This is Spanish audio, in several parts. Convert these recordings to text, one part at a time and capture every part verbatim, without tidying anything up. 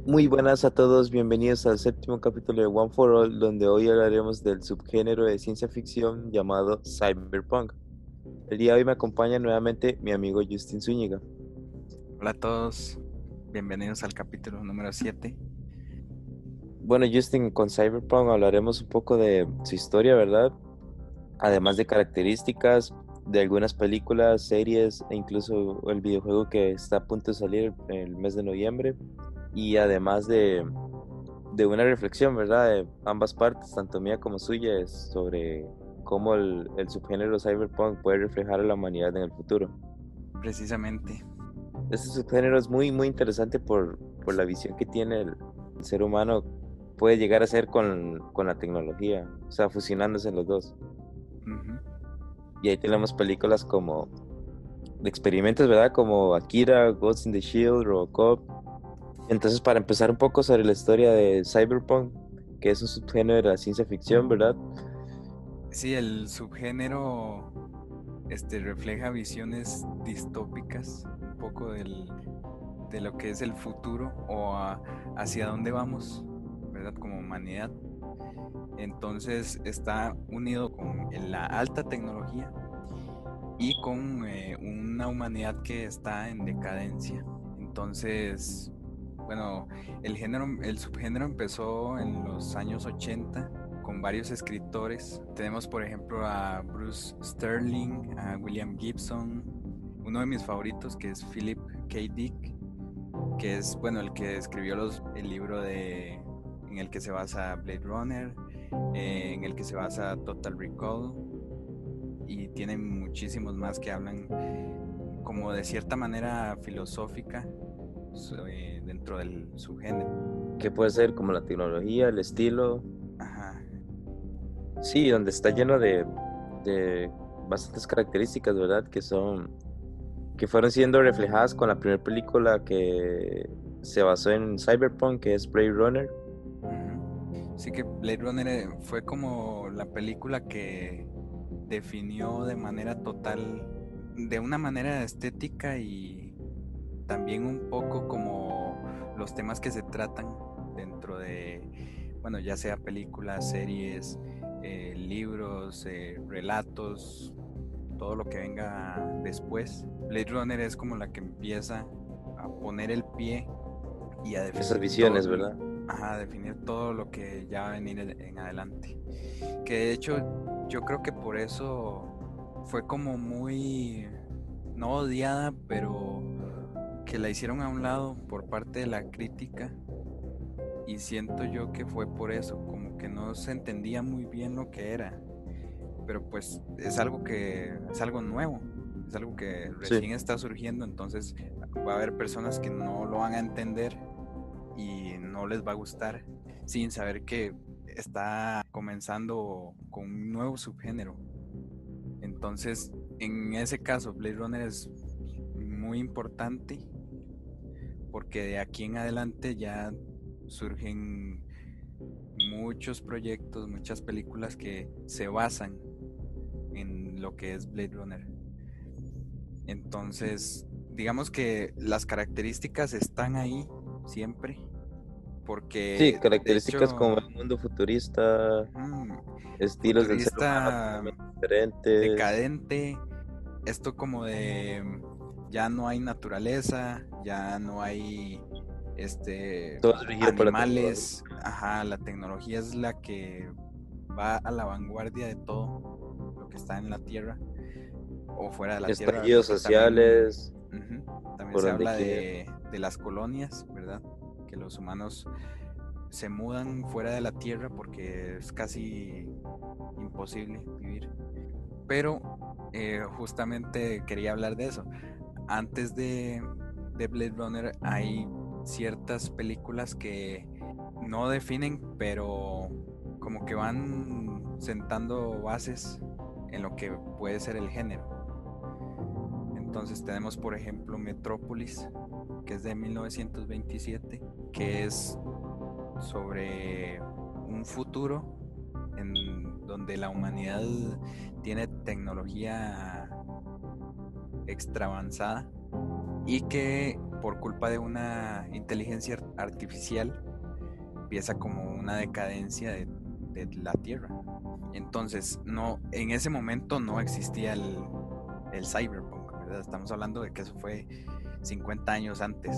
Muy buenas a todos, bienvenidos al séptimo capítulo de One for All, donde hoy hablaremos del subgénero de ciencia ficción llamado Cyberpunk. El día de hoy me acompaña nuevamente mi amigo Justin Zúñiga. Hola a todos, bienvenidos al capítulo número siete. Bueno, Justin, con Cyberpunk hablaremos un poco de su historia, ¿verdad? Además de características de algunas películas, series e incluso el videojuego que está a punto de salir el mes de noviembre. Y además de, de una reflexión, ¿verdad? De ambas partes, tanto mía como suya, es sobre cómo el, el subgénero cyberpunk puede reflejar a la humanidad en el futuro. Precisamente, Este subgénero es muy, muy interesante por, por la visión que tiene el, el ser humano, puede llegar a ser con, con la tecnología, o sea, fusionándose los dos. ujú. Y ahí tenemos películas como de experimentos, ¿verdad? Como Akira, Ghost in the Shield, Robocop. Entonces, para empezar un poco sobre la historia de Cyberpunk, que es un subgénero de la ciencia ficción, ¿verdad? Sí, el subgénero este, refleja visiones distópicas, un poco del, de lo que es el futuro o a- hacia dónde vamos, ¿verdad? Como humanidad. Entonces está unido con la alta tecnología y con eh, una humanidad que está en decadencia. Entonces, bueno, el género, el subgénero empezó en los años ochenta con varios escritores. Tenemos, por ejemplo, a Bruce Sterling, a William Gibson, uno de mis favoritos que es Philip K. Dick, que es, bueno, el que escribió los, el libro de, en el que se basa Blade Runner, eh, en el que se basa Total Recall, y tienen muchísimos más que hablan como de cierta manera filosófica eh, dentro del subgénero. Que puede ser como la tecnología, el estilo, Ajá. sí, donde está lleno de, de bastantes características, ¿verdad? Que son, que fueron siendo reflejadas con la primera película que se basó en Cyberpunk, que es Blade Runner. Ujú. Sí que Blade Runner eh, fue como la película que definió de manera total, de una manera estética y también un poco como los temas que se tratan dentro de, bueno, ya sea películas, series, eh, libros, eh, relatos, todo lo que venga después. Blade Runner es como la que empieza a poner el pie y a Esas definir todo, visiones, ¿verdad? ajá, a definir todo lo que ya va a venir en en adelante. Que de hecho yo creo que por eso fue como muy, no odiada, pero que la hicieron a un lado por parte de la crítica, y siento yo que fue por eso, como que no se entendía muy bien lo que era, pero pues es algo que es algo nuevo, es algo que Sí. recién está surgiendo, entonces va a haber personas que no lo van a entender y no les va a gustar sin saber que está comenzando con un nuevo subgénero. Entonces, en ese caso, Blade Runner es muy importante porque de aquí en adelante ya surgen muchos proyectos, muchas películas que se basan en lo que es Blade Runner. Entonces, digamos que las características están ahí siempre, Sí, porque de características como hecho, el mundo futurista, ujú, estilos del ser humano futurista, totalmente diferentes, decadente, esto como de ya no hay naturaleza, ya no hay este todo es regido por la tecnología. animales, ajá, la tecnología es la que va a la vanguardia de todo lo que está en la Tierra o fuera de la Tierra, Estallidos porque también, sociales, ujú, también por se donde habla quiera. de, de las colonias, ¿verdad? Que los humanos se mudan fuera de la Tierra porque es casi imposible vivir. Pero eh, justamente quería hablar de eso. Antes de, de Blade Runner hay ciertas películas que no definen, pero como que van sentando bases en lo que puede ser el género. Entonces tenemos, por ejemplo, Metrópolis, que es de mil novecientos veintisiete, que es sobre un futuro en donde la humanidad tiene tecnología extra avanzada y que por culpa de una inteligencia artificial empieza como una decadencia de, de la Tierra. Entonces, no, en ese momento no existía el, el cyberpunk, ¿verdad? Estamos hablando de que eso fue cincuenta años antes.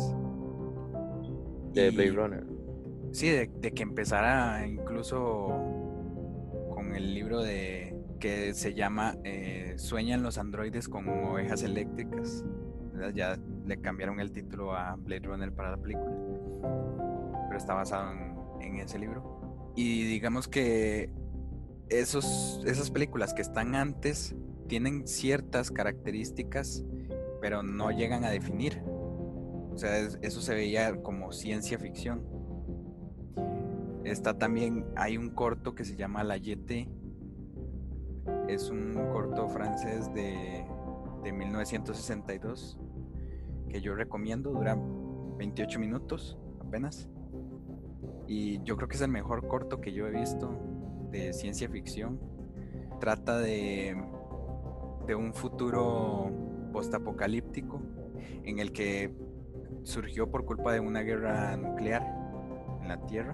De Blade Y Runner. sí, de, de que empezara incluso con el libro de que se llama eh, Sueñan los androides con ovejas eléctricas, ¿verdad? Ya le cambiaron el título a Blade Runner para la película, pero está basado en, en ese libro. Y digamos que esos, esas películas que están antes tienen ciertas características, pero no llegan a definir. O sea, es, eso se veía como ciencia ficción. Está también, hay un corto que se llama La Jetée. Es un corto francés de, de mil novecientos sesenta y dos que yo recomiendo, dura veintiocho minutos apenas. Y yo creo que es el mejor corto que yo he visto de ciencia ficción. Trata de, de un futuro postapocalíptico en el que surgió por culpa de una guerra nuclear en la Tierra.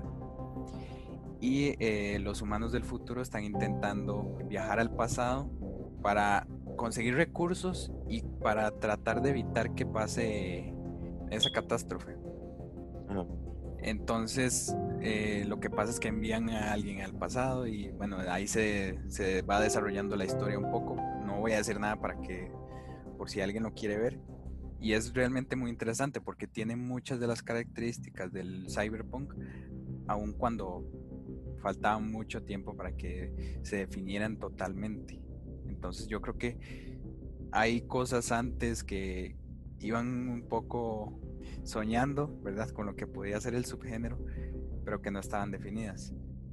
Y eh, los humanos del futuro están intentando viajar al pasado para conseguir recursos y para tratar de evitar que pase esa catástrofe. Ajá. Entonces, eh, lo que pasa es que envían a alguien al pasado y bueno, ahí se, se va desarrollando la historia un poco. No voy a decir nada para que, por si alguien lo quiere ver. Y es realmente muy interesante porque tiene muchas de las características del cyberpunk, aun cuando faltaba mucho tiempo para que se definieran totalmente. Entonces yo creo que hay cosas antes que iban un poco soñando, ¿verdad? Con lo que podía ser el subgénero, pero que no estaban definidas.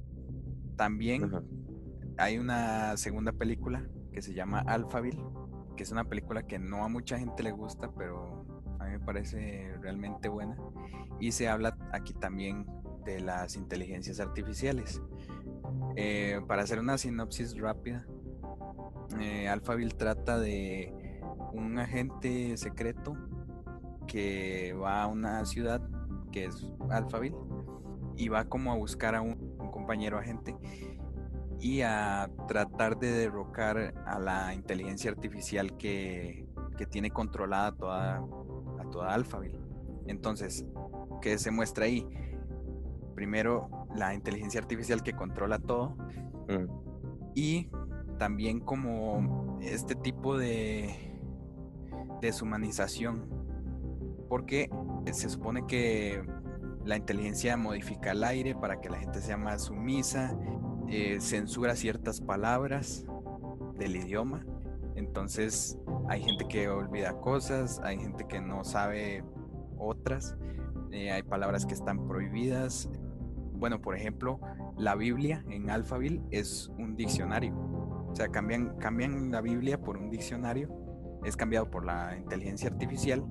También Ajá. hay una segunda película que se llama Alphaville, que es una película que no a mucha gente le gusta, pero a mí me parece realmente buena. Y se habla aquí también de las inteligencias artificiales. Eh, para hacer una sinopsis rápida, eh, Alphaville trata de un agente secreto que va a una ciudad que es Alphaville y va como a buscar a un, un compañero agente y a tratar de derrocar a la inteligencia artificial que, que tiene controlada toda, a toda Alphaville. Entonces, ¿qué se muestra ahí? Primero, la inteligencia artificial que controla todo Mm. y también como este tipo de deshumanización, porque se supone que la inteligencia modifica el aire para que la gente sea más sumisa, eh, censura ciertas palabras del idioma, entonces hay gente que olvida cosas, hay gente que no sabe otras, eh, hay palabras que están prohibidas. Bueno, por ejemplo, la Biblia en Alphaville es un diccionario, o sea, cambian, cambian la Biblia por un diccionario, es cambiado por la inteligencia artificial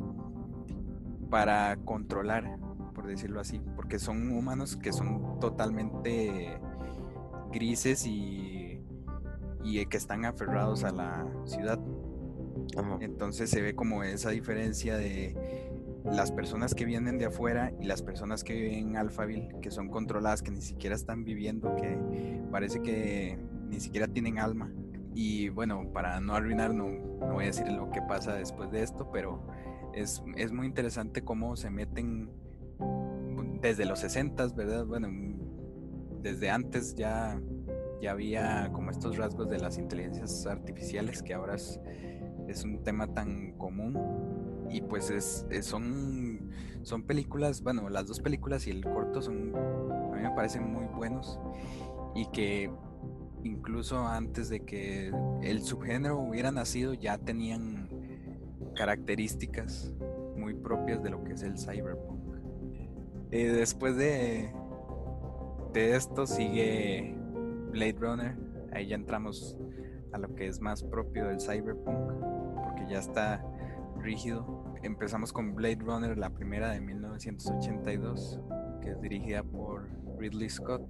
para controlar, por decirlo así, porque son humanos que son totalmente grises y, y que están aferrados a la ciudad. Ajá. Entonces se ve como esa diferencia de las personas que vienen de afuera y las personas que viven en Alphaville, que son controladas, que ni siquiera están viviendo, que parece que ni siquiera tienen alma. Y bueno, para no arruinar, no, no voy a decir lo que pasa después de esto, pero es, es muy interesante cómo se meten desde los sesentas, ¿verdad? Bueno, desde antes ya, ya había como estos rasgos de las inteligencias artificiales que ahora es, es un tema tan común. Y pues es, es- son, son películas, bueno, las dos películas y el corto son, a mí me parecen muy buenos y que incluso antes de que el subgénero hubiera nacido ya tenían características muy propias de lo que es el cyberpunk. Eh, después de, de esto sigue Blade Runner, ahí ya entramos a lo que es más propio del cyberpunk, porque ya está rígido. Empezamos con Blade Runner, la primera de mil novecientos ochenta y dos, que es dirigida por Ridley Scott,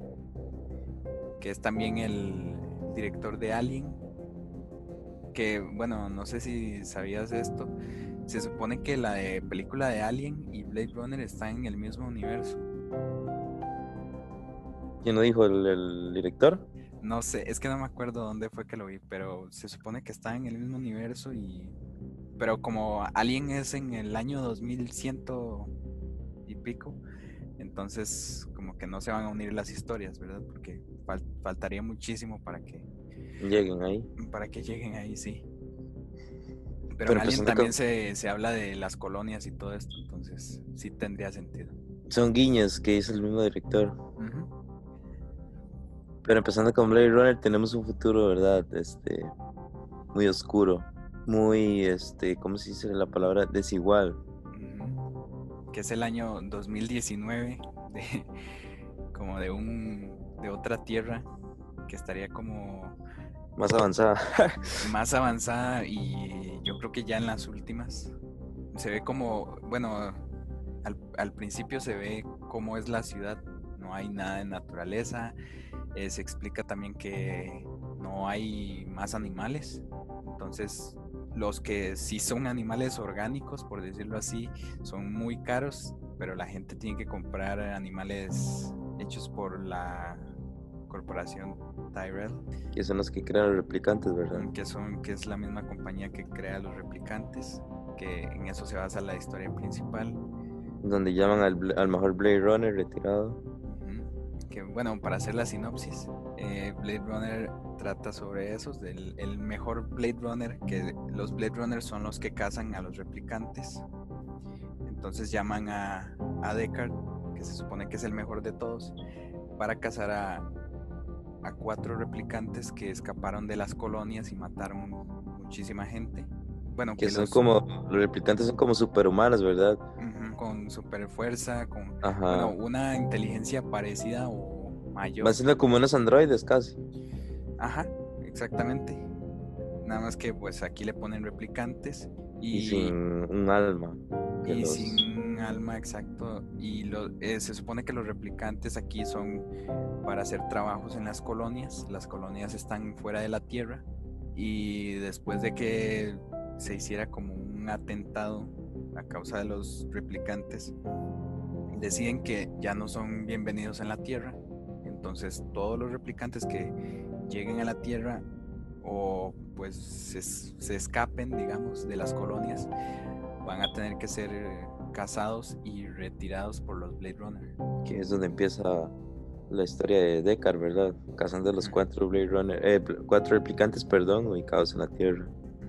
que es también el director de Alien, que bueno, no sé si sabías esto, se supone que la de película de Alien y Blade Runner están en el mismo universo. ¿Quién lo dijo? ¿El, el director? No sé, es que no me acuerdo dónde fue que lo vi, pero se supone que están en el mismo universo y... Pero como Alien es en el año dos mil cien y pico, entonces como que no se van a unir las historias, ¿verdad? Porque fal- faltaría muchísimo para que, Lleguen ahí. para que lleguen ahí, sí. Pero en Pero Alien empezando también con... se, se habla de las colonias y todo esto, entonces sí tendría sentido. Son guiños que hizo el mismo director. Ujú. Pero empezando con Blade Runner, tenemos un futuro, ¿verdad? Este, muy oscuro. Muy, este, ¿cómo se dice la palabra? Desigual. Ujú. Que es el año dos mil diecinueve, de, como de un de otra tierra que estaría como Más avanzada. más avanzada y yo creo que ya en las últimas se ve como, bueno, al, al principio se ve cómo es la ciudad, no hay nada de naturaleza, eh, se explica también que no hay más animales, entonces los que sí son animales orgánicos, por decirlo así, son muy caros, pero la gente tiene que comprar animales hechos por la corporación Tyrell, Que son los que crean los replicantes, ¿verdad? que son, que es la misma compañía que crea los replicantes, que en eso se basa la historia principal. Donde llaman al, bl- al mejor Blade Runner retirado. Ujú. Que bueno, para hacer la sinopsis, eh, Blade Runner trata sobre eso, del el mejor Blade Runner, que los Blade Runners son los que cazan a los replicantes. Entonces llaman a, a Deckard, que se supone que es el mejor de todos, para cazar a, a cuatro replicantes que escaparon de las colonias y mataron muchísima gente. Bueno, Que que son los como, los replicantes son como superhumanos, ¿verdad? ujú, con super fuerza, con bueno, Ajá. una inteligencia parecida o Van mayor. siendo como unos androides casi. Ajá, exactamente. Nada más que pues aquí le ponen replicantes Y sin y, un alma. Que y los... sin alma, exacto. Y lo, eh, se supone que los replicantes aquí son para hacer trabajos en las colonias. Las colonias están fuera de la Tierra y después de que se hiciera como un atentado a causa de los replicantes, deciden que ya no son bienvenidos en la Tierra. Entonces todos los replicantes que lleguen a la Tierra o pues se, se escapen, digamos, de las colonias, van a tener que ser eh, cazados y retirados por los Blade Runner. Que es donde empieza la historia de Deckard, ¿verdad? Cazando a los Ujú. cuatro Blade Runner, eh, cuatro replicantes, perdón, ubicados en la Tierra.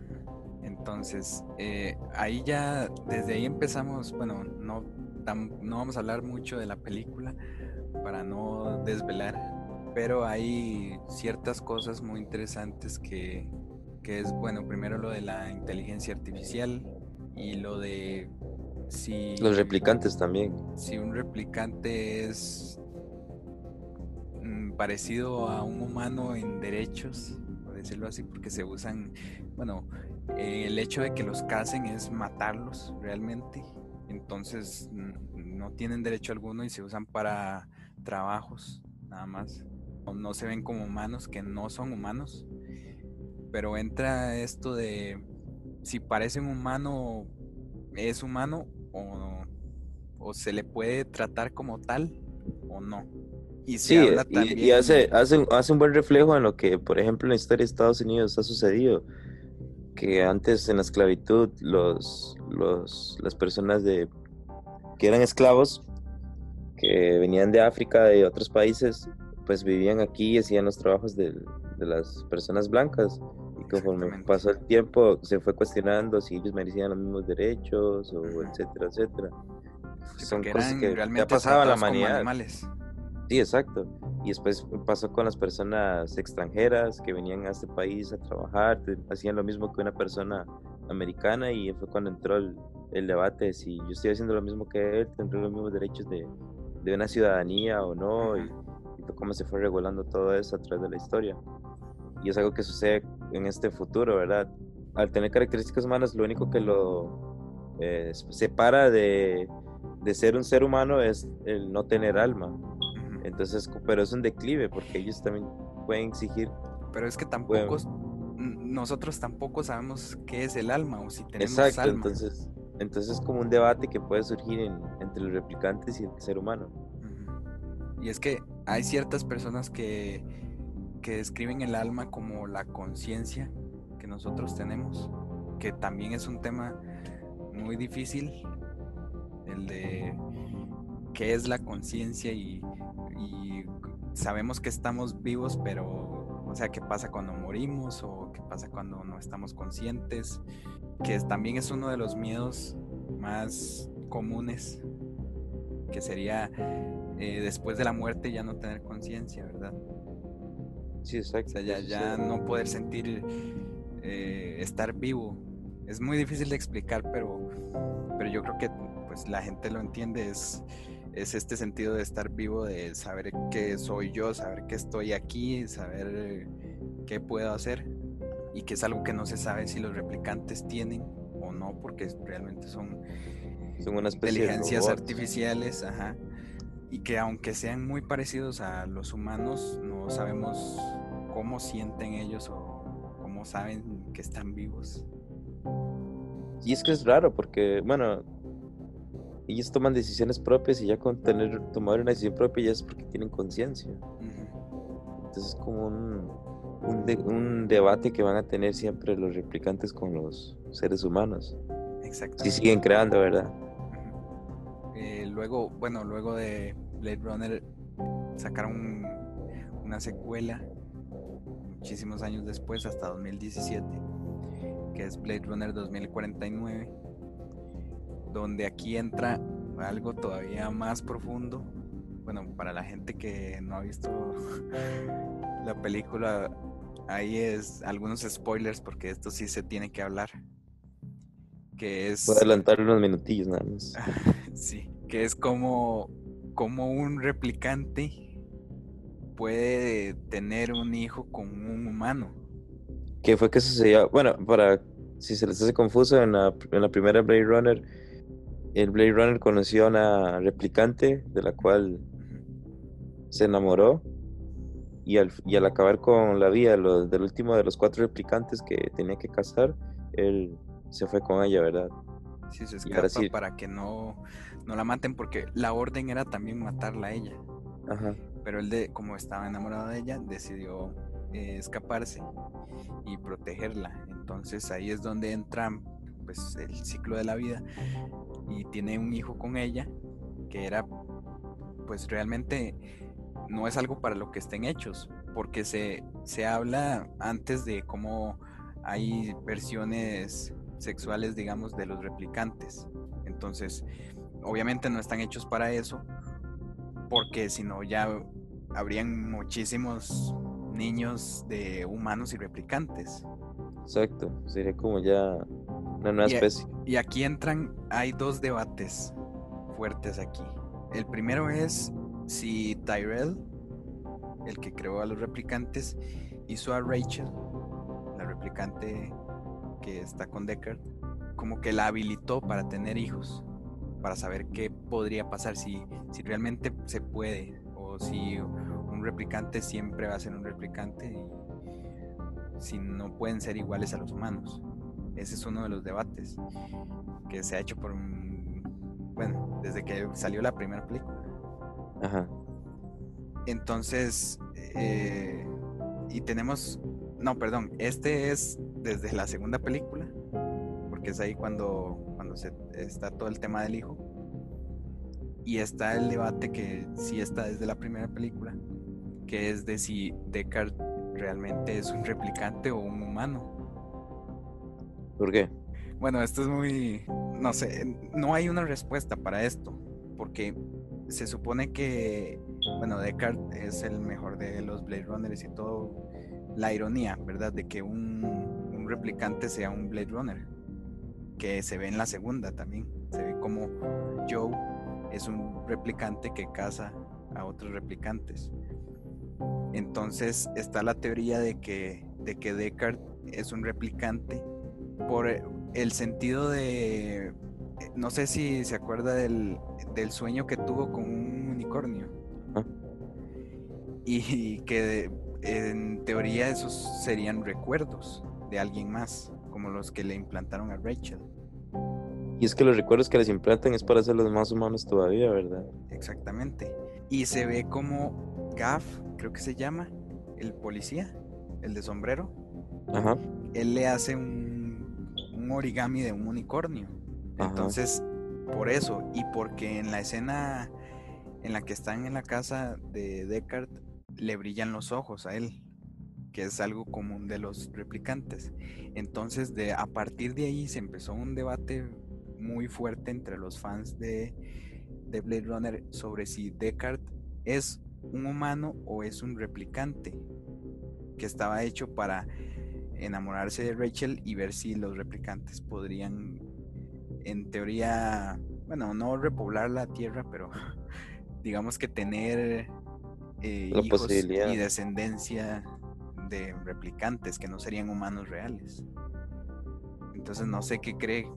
Entonces, eh, ahí ya, desde ahí empezamos, bueno, no, tam- no vamos a hablar mucho de la película para no desvelar, pero hay ciertas cosas muy interesantes que, que es, bueno, primero lo de la inteligencia artificial y lo de Los si, replicantes también. si un replicante es mm, parecido a un humano en derechos, por decirlo así, porque se usan, bueno, eh, el hecho de que los casen es matarlos realmente, entonces mm, no tienen derecho alguno y se usan para trabajos nada más. No, no se ven como humanos, que no son humanos, pero entra esto de si parece un humano, es humano o, o se le puede tratar como tal o no. Y se Sí, habla y, y hace, también, hace, un- hace un buen reflejo en lo que, por ejemplo, en la historia de Estados Unidos ha sucedido, que antes en la esclavitud los, los, las personas de, que eran esclavos, que venían de África, de otros países, pues vivían aquí y hacían los trabajos del- de las personas blancas. Y conforme exactamente. pasó el tiempo, se fue cuestionando si ellos merecían los mismos derechos, o Ujú. etcétera, etcétera. Sí, Son porque cosas eran que, que ha realmente pasado en la tratados como humanidad. animales. Sí, exacto. Y después pasó con las personas extranjeras que venían a este país a trabajar, te- hacían lo mismo que una persona americana y fue cuando entró el, el debate de si yo estoy haciendo lo mismo que él, tendré los mismos derechos de, de una ciudadanía o no, y, Ujú. y fue cómo se fue regulando todo eso a través de la historia. Y es algo que sucede en este futuro, ¿verdad? Al tener características humanas, lo único que lo eh, separa de, de ser un ser humano es el no tener alma. Ujú. Entonces, pero es un declive porque ellos también pueden exigir, Pero es que tampoco, pueden, es- n- nosotros tampoco sabemos qué es el alma o si tenemos Exacto, alma. entonces, entonces es como un debate que puede surgir en- entre los replicantes y el ser humano. Ujú. Y es que hay ciertas personas que, que describen el alma como la conciencia que nosotros tenemos, que también es un tema muy difícil, el de qué es la conciencia y, y sabemos que estamos vivos, pero, o sea, qué pasa cuando morimos o qué pasa cuando no estamos conscientes, que es- también es uno de los miedos más comunes, que sería eh, después de la muerte ya no tener conciencia, ¿verdad? Sí, O exacto, sea, que ya, ya sucede. no poder sentir eh, estar vivo. Es muy difícil de explicar, pero, pero yo creo que pues la gente lo entiende, es, es este sentido de estar vivo, de saber que soy yo, saber que estoy aquí, saber eh, qué puedo hacer, y que es algo que no se sabe si los replicantes tienen o no, porque realmente son Son una especie de inteligencias robots. artificiales, ajá, y que aunque sean muy parecidos a los humanos, no sabemos cómo sienten ellos o cómo saben que están vivos. Y es que es raro porque, bueno, ellos toman decisiones propias y ya con tener, tomar una decisión propia ya es porque tienen conciencia. Ujú. Entonces es como un, un, de- un debate que van a tener siempre los replicantes con los seres humanos. Si Exactamente. siguen creando, ¿verdad? Ujú. Eh, luego, bueno, luego de Blade Runner sacaron una secuela muchísimos años después, hasta dos mil diecisiete, que es Blade Runner dos mil cuarenta y nueve, donde aquí entra algo todavía más profundo. Bueno, para la gente que no ha visto la película, ahí es algunos spoilers porque esto sí se tiene que hablar, que Voy a es, adelantar unos minutillos nada más. sí, que es como, como un replicante puede tener un hijo con un humano. ¿Qué fue que sucedió? Bueno, para si se les hace confuso, en la, en la primera Blade Runner, el Blade Runner conoció a una replicante de la cual se enamoró y al, y al acabar con la vida lo- del último de los cuatro replicantes que tenía que cazar, él se fue con ella, ¿verdad? Si se Y ahora escapa sí, para que no, no la maten, porque la orden era también matarla a ella. ajá, Pero él, de, como estaba enamorado de ella, decidió eh, escaparse y protegerla. Entonces ahí es donde entra pues el ciclo de la vida y tiene un hijo con ella que era pues realmente no es algo para lo que estén hechos, porque se, se habla antes de cómo hay versiones sexuales, digamos, de los replicantes. Entonces, obviamente no están hechos para eso, porque si no ya habrían muchísimos niños de humanos y replicantes. exacto, sería como ya una nueva Y, especie. y aquí entran, hay dos debates fuertes aquí. El primero es si Tyrell, el que creó a los replicantes, hizo a Rachel, la replicante que está con Deckard, como que la habilitó para tener hijos, para saber qué podría pasar, si, si realmente se puede, o si un replicante siempre va a ser un replicante y si no pueden ser iguales a los humanos. Ese es uno de los debates que se ha hecho por, bueno, desde que salió la primera película. Ajá, Entonces, eh, y tenemos, no, perdón, este es desde la segunda película, porque es ahí cuando, cuando se, está todo el tema del hijo. Y está el debate que sí está desde la primera película, que es de si Deckard realmente es un replicante o un humano. ¿por qué? Bueno, esto es muy, no sé, no hay una respuesta para esto, porque se supone que, bueno, Deckard es el mejor de los Blade Runners y todo, la ironía, ¿verdad? De que un, un replicante sea un Blade Runner, que se ve en la segunda también, se ve como Joe es un replicante que caza a otros replicantes. Entonces está la teoría de que, de que Deckard es un replicante por el sentido de, no sé si se acuerda del, del sueño que tuvo con un unicornio Ah, y que en teoría esos serían recuerdos. de alguien más, como los que le implantaron a Rachel. Y es que los recuerdos que les implantan es para hacerlos más humanos todavía, ¿verdad? Exactamente. Y se ve como Gaff, creo que se llama, el policía, el de sombrero. Ajá. Él le hace un, un origami de un unicornio. Ajá. Entonces, por eso, y porque en la escena en la que están en la casa de Deckard, le brillan los ojos a él, que es algo común de los replicantes. Entonces, de, a partir de ahí se empezó un debate muy fuerte entre los fans de, de Blade Runner sobre si Deckard es un humano o es un replicante que estaba hecho para enamorarse de Rachel y ver si los replicantes podrían, en teoría, bueno, no repoblar la Tierra, pero digamos que tener eh, La hijos posibilidad. y descendencia de replicantes que no serían humanos reales. Entonces no sé qué cree.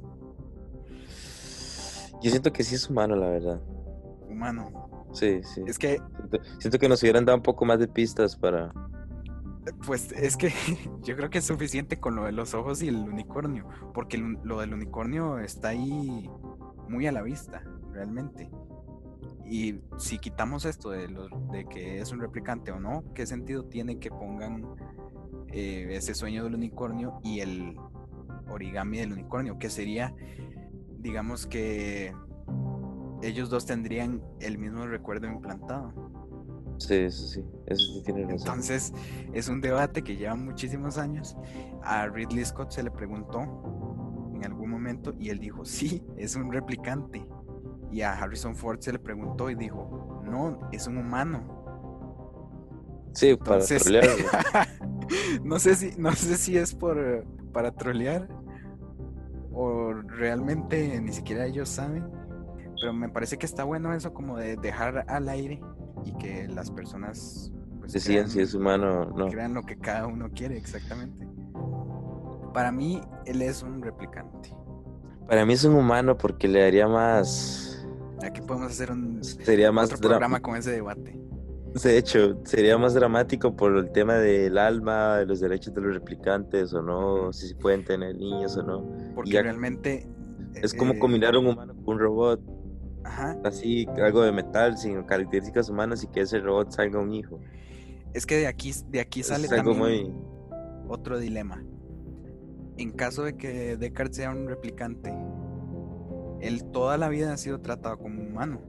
Yo siento que sí es humano, la verdad. Humano. Sí, sí. Es que, Siento, siento que nos hubieran dado un poco más de pistas para... pues es que yo creo que es suficiente con lo de los ojos y el unicornio, porque el- lo del unicornio está ahí muy a la vista, realmente. Y si quitamos esto de, los, de que es un replicante o no, ¿qué sentido tiene que pongan eh, ese sueño del unicornio y el origami del unicornio? Que sería, digamos que ellos dos tendrían el mismo recuerdo implantado. Sí, eso sí, eso sí tiene razón. Entonces es un debate que lleva muchísimos años. A Ridley Scott se le preguntó en algún momento y él dijo, sí, es un replicante. Y a Harrison Ford se le preguntó y dijo, no, es un humano. Sí, para Entonces, trolearlo. no sé si, no sé si es por para trolear o realmente ni siquiera ellos saben, pero me parece que está bueno eso como de dejar al aire y que las personas pues Decían crean, si es humano o no. crean lo que cada uno quiere exactamente. Para mí, él es un replicante. Para mí es un humano porque le daría más... Aquí podemos hacer un Sería más... otro dra- programa con ese debate. De hecho, sería más dramático por el tema del alma, de los derechos de los replicantes o no, Ujú. si se pueden tener niños o no. Y Porque ya realmente, es como eh, combinar un humano con un robot, ajá, así, algo de metal, sin características humanas y que ese robot salga un hijo. es que de aquí, de aquí sale Es algo también muy... otro dilema. En caso de que Deckard sea un replicante, él toda la vida ha sido tratado como un humano.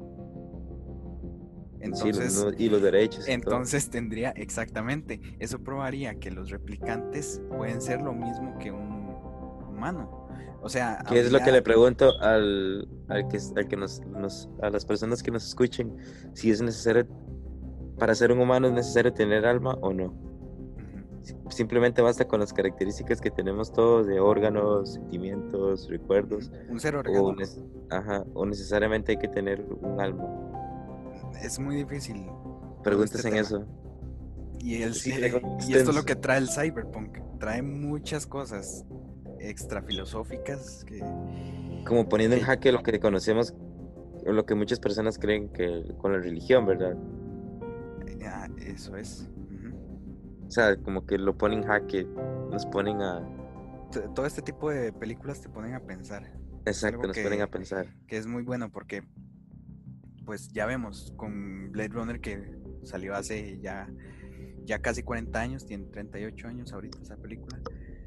Sí, los Entonces, mismos- y los derechos y todo. entonces tendría exactamente, eso probaría que los replicantes pueden ser lo mismo que un humano. O sea, ¿Qué es lo que le habría, pregunto al, al que, al que nos, nos- a las personas que nos escuchen? Si es necesario, para ser un humano es necesario tener alma o no. ujú, Si- Simplemente basta con las características que tenemos todos de órganos, sentimientos, recuerdos, ujú, un ser o, orgánico. nes- ajá, o necesariamente hay que tener un alma. Es muy difícil todo este Preguntas en tema. eso. Y, el, Sí, eh, algo y esto es lo extenso. que trae el cyberpunk. Trae muchas cosas extra filosóficas que, Como poniendo en que jaque lo que conocemos, o lo que muchas personas creen que con la religión, ¿verdad? ah, eso es. Ujú. O sea, como que lo ponen en jaque, nos ponen a... T- Todo este tipo de películas te ponen a pensar. Es Exacto, algo nos ponen a que, pensar. que es muy bueno porque, pues ya vemos con Blade Runner que salió hace ya, ya casi cuarenta años, tiene treinta y ocho años ahorita esa película,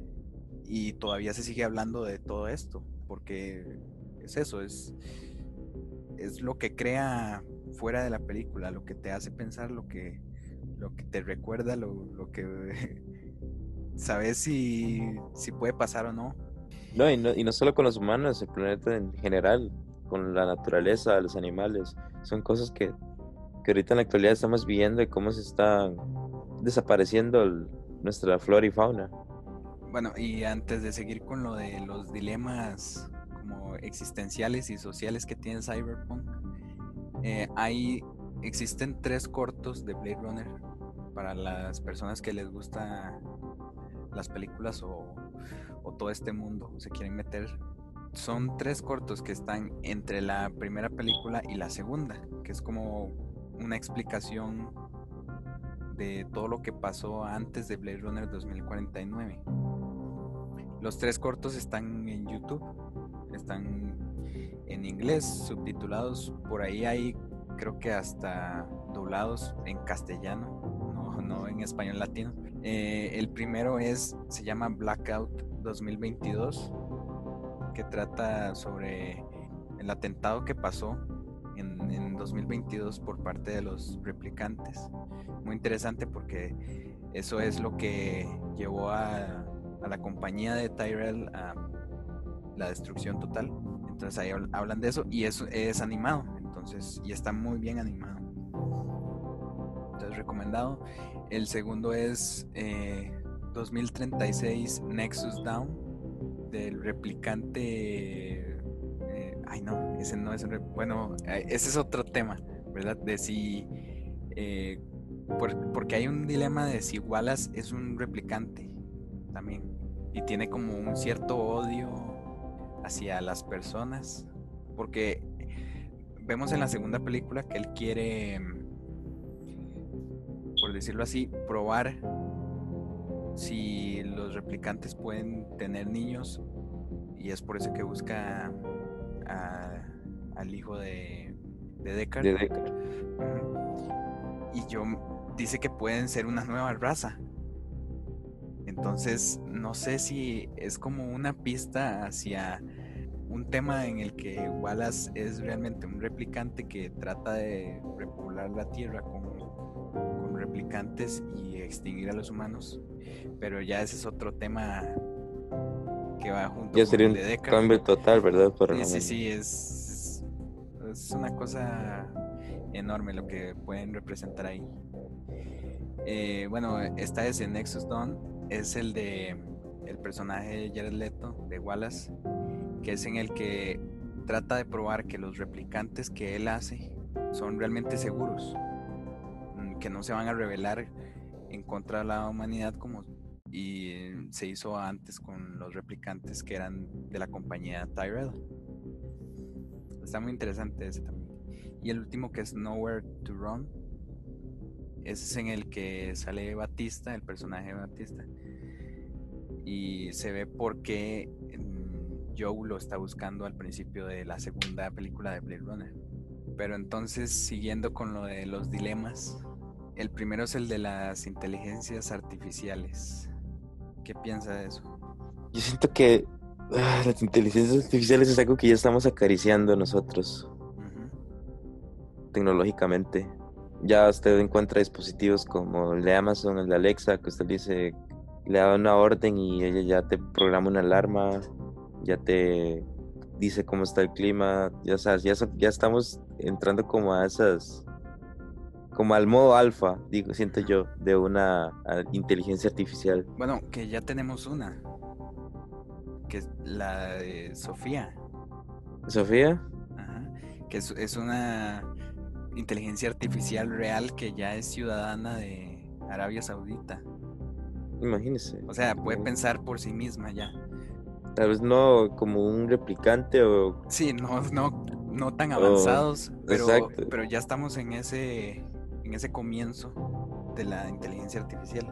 y todavía se sigue hablando de todo esto, porque es eso, es, es lo que crea fuera de la película, lo que te hace pensar, lo que, lo que te recuerda, lo, lo que sabes si, si puede pasar o no. No y, no, y no solo con los humanos, el planeta en general, con la naturaleza, los animales, son cosas que, que ahorita en la actualidad estamos viendo y cómo se está desapareciendo el- nuestra flora y fauna. Bueno, y antes de seguir con lo de los dilemas como existenciales y sociales que tiene Cyberpunk, eh, hay, existen tres cortos de Blade Runner para las personas que les gusta las películas o, o todo este mundo, se quieren meter. Son tres cortos que están entre la primera película y la segunda, que es como una explicación de todo lo que pasó antes de Blade Runner dos mil cuarenta y nueve. Los tres cortos están en YouTube, están en inglés, subtitulados. Por ahí hay, creo que hasta doblados en castellano, no, no en español latino. Eh, el primero es, se llama Blackout dos mil veintidós, que trata sobre el atentado que pasó en, en dos mil veintidós por parte de los replicantes. Muy interesante porque eso es lo que llevó a, a la compañía de Tyrell a la destrucción total. Entonces ahí hablan de eso y eso es animado, entonces, y está muy bien animado. Entonces, recomendado. El segundo es eh, dos mil treinta y seis Nexus Down, del replicante. Eh, ay, no, ese no es. Bueno, ese es otro tema, ¿verdad? De si. Eh, por, porque hay un dilema de si Wallace es un replicante también. Y tiene como un cierto odio hacia las personas. Porque vemos en la segunda película que él quiere, por decirlo así, probar si los replicantes pueden tener niños, y es por eso que busca a, al hijo de, de Deckard. De Deckard. Uh-huh. Y yo dice que pueden ser una nueva raza. Entonces no sé si es como una pista hacia un tema en el que Wallace es realmente un replicante que trata de repoblar la Tierra con, con replicantes y extinguir a los humanos, pero ya ese es otro tema que va junto ya con sería el un de Deckard. cambio total, ¿verdad? Para sí, sí, sí, es, es una cosa enorme lo que pueden representar ahí. Eh, bueno, esta es en Nexus Dawn, es el de el personaje de Jared Leto, de Wallace, que es en el que trata de probar que los replicantes que él hace son realmente seguros, que no se van a rebelar en contra de la humanidad como y se hizo antes con los replicantes que eran de la compañía Tyrell. Está muy interesante ese también. Y el último, que es Nowhere to Run, ese es en el que sale Batista, el personaje de Batista, y se ve por qué Joe lo está buscando al principio de la segunda película de Blade Runner. Pero entonces, siguiendo con lo de los dilemas, el primero es el de las inteligencias artificiales. ¿Qué piensa de eso? Yo siento que ah, las inteligencias artificiales es algo que ya estamos acariciando nosotros, uh-huh, tecnológicamente. Ya usted encuentra dispositivos como el de Amazon, el de Alexa, que usted dice, le da una orden y ella ya te programa una alarma, ya te dice cómo está el clima, ya sabes, ya, ya estamos entrando como a esas, como al modo alfa, digo, siento yo, de una inteligencia artificial. Bueno, que ya tenemos una, que es la de Sofía. ¿Sofía? Ajá, que es, es una inteligencia artificial real que ya es ciudadana de Arabia Saudita. Imagínese. O sea, puede pensar por sí misma ya. Tal vez no como un replicante o... Sí, no, no, no tan avanzados, oh, pero, pero ya estamos en ese, en ese comienzo de la inteligencia artificial,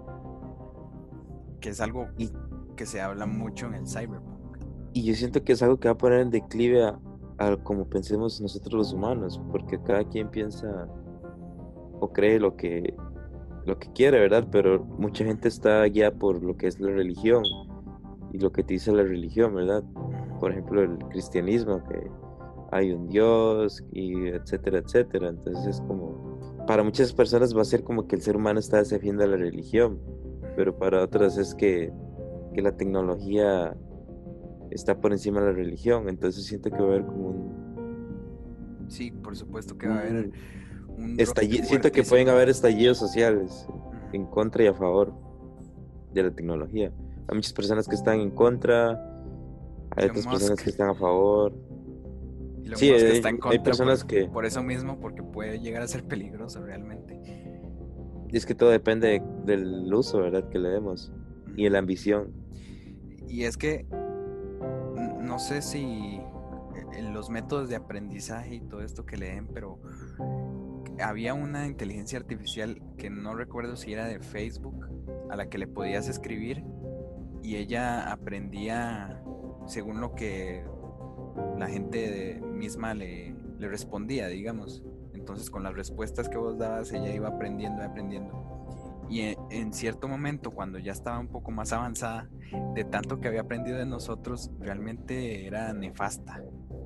que es algo y, que se habla mucho en el cyberpunk. Y yo siento que es algo que va a poner en declive a, a como pensemos nosotros los humanos, porque cada quien piensa o cree lo que, lo que quiere, ¿verdad? Pero mucha gente está guiada por lo que es la religión y lo que te dice la religión, ¿verdad? Por ejemplo, el cristianismo, que hay un Dios y etcétera, etcétera. Entonces es como, para muchas personas va a ser como que el ser humano está desafiando a la religión, pero para otras es que, que la tecnología está por encima de la religión. Entonces siento que va a haber como un... Sí, por supuesto que va a haber un... Estallido, siento que pueden haber estallidos sociales en contra y a favor de la tecnología. Hay muchas personas que están en contra, hay Elon otras Musk. personas que están a favor. Elon sí, Musk hay, está en contra hay personas por, que... por eso mismo, porque puede llegar a ser peligroso realmente. Y es que todo depende del uso, ¿verdad? Que le demos. Y de la ambición. Y es que no sé si en los métodos de aprendizaje y todo esto que le den, pero había una inteligencia artificial que no recuerdo si era de Facebook, a la que le podías escribir y ella aprendía según lo que la gente misma le, le respondía, digamos. Entonces con las respuestas que vos dabas, ella iba aprendiendo y aprendiendo. Y en, en cierto momento, cuando ya estaba un poco más avanzada, de tanto que había aprendido de nosotros, realmente era nefasta.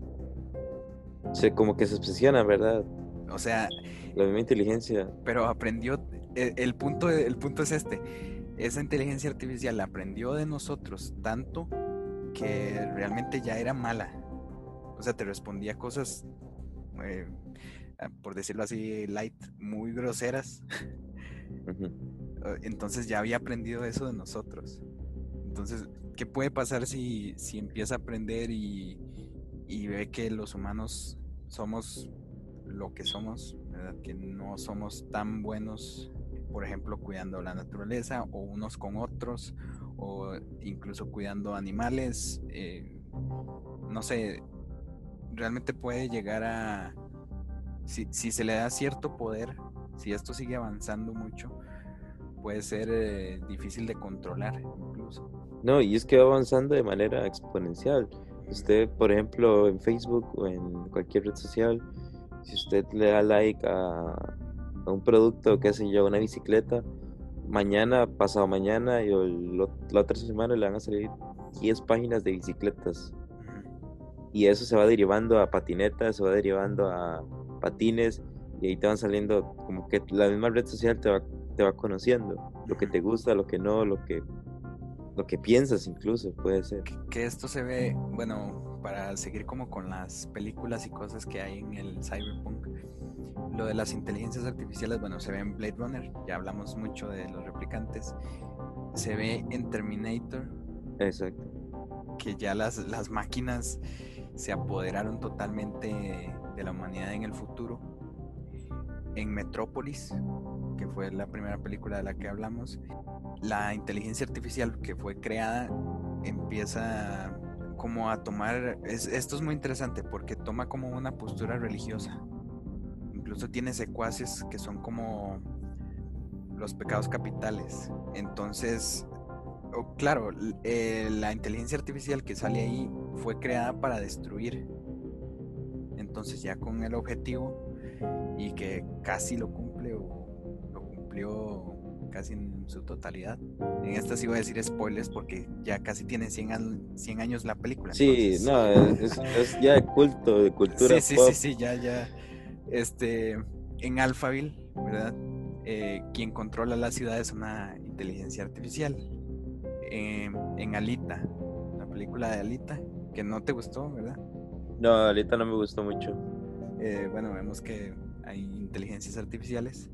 O sea, como que se obsesiona, ¿verdad? O sea, La misma inteligencia. pero aprendió, el, el punto, el punto es este, esa inteligencia artificial aprendió de nosotros tanto que realmente ya era mala. O sea, te respondía cosas, eh, por decirlo así, light, muy groseras. Ujú. Entonces ya había aprendido eso de nosotros. Entonces, ¿qué puede pasar si, si empieza a aprender y, y ve que los humanos somos lo que somos, ¿verdad? Que no somos tan buenos, por ejemplo, cuidando la naturaleza o unos con otros, o incluso cuidando animales? Eh, no sé, realmente puede llegar a, si, si se le da cierto poder, si esto sigue avanzando mucho, puede ser eh, difícil de controlar incluso. No, y es que va avanzando de manera exponencial. Usted, por ejemplo, en Facebook o en cualquier red social, si usted le da like a, a un producto, qué sé yo, una bicicleta, mañana, pasado mañana y o lo- la otra semana le van a salir diez páginas de bicicletas. Y eso se va derivando a patinetas, se va derivando a patines, y ahí te van saliendo como que la misma red social te va, te va conociendo, lo que te gusta, lo que no, lo que, lo que piensas incluso, puede ser. Que, que esto se ve, bueno, para seguir como con las películas y cosas que hay en el cyberpunk, lo de las inteligencias artificiales, bueno, se ve en Blade Runner, ya hablamos mucho de los replicantes, se ve en Terminator, Exacto. que ya las, las máquinas se apoderaron totalmente de la humanidad en el futuro. En Metrópolis, que fue la primera película de la que hablamos, la inteligencia artificial que fue creada empieza como a tomar, es, esto es muy interesante porque toma como una postura religiosa. Incluso tiene secuaces que son como los pecados capitales. Entonces, oh, claro, eh, la inteligencia artificial que sale ahí fue creada para destruir. Entonces ya con el objetivo, y que casi lo cumple o lo cumplió casi en su totalidad. En esta sí voy a decir spoilers porque ya casi tiene cien, an- cien años la película, Sí, entonces... no, es, es ya de culto, de Sí, cultura sí, sí, pop. sí, ya, ya. Este, en Alphaville, ¿verdad? Eh, quien controla la ciudad es una inteligencia artificial. Eh, en Alita, la película de Alita, que no te gustó, ¿verdad? No, ahorita no me gustó mucho. Eh, bueno, vemos que hay inteligencias artificiales.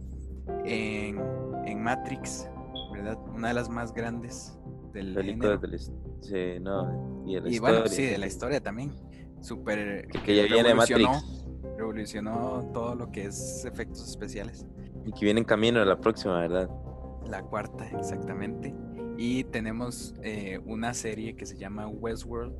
En, en Matrix, ¿verdad? Una de las más grandes del Películas género. de la, his- sí, no, y de la Y bueno, historia, sí, de la historia también. Súper, que, que que ya viene revolucionó, Matrix revolucionó todo lo que es efectos especiales. y que viene en camino a la próxima, ¿verdad? La cuarta, exactamente. Y tenemos eh, una serie que se llama Westworld,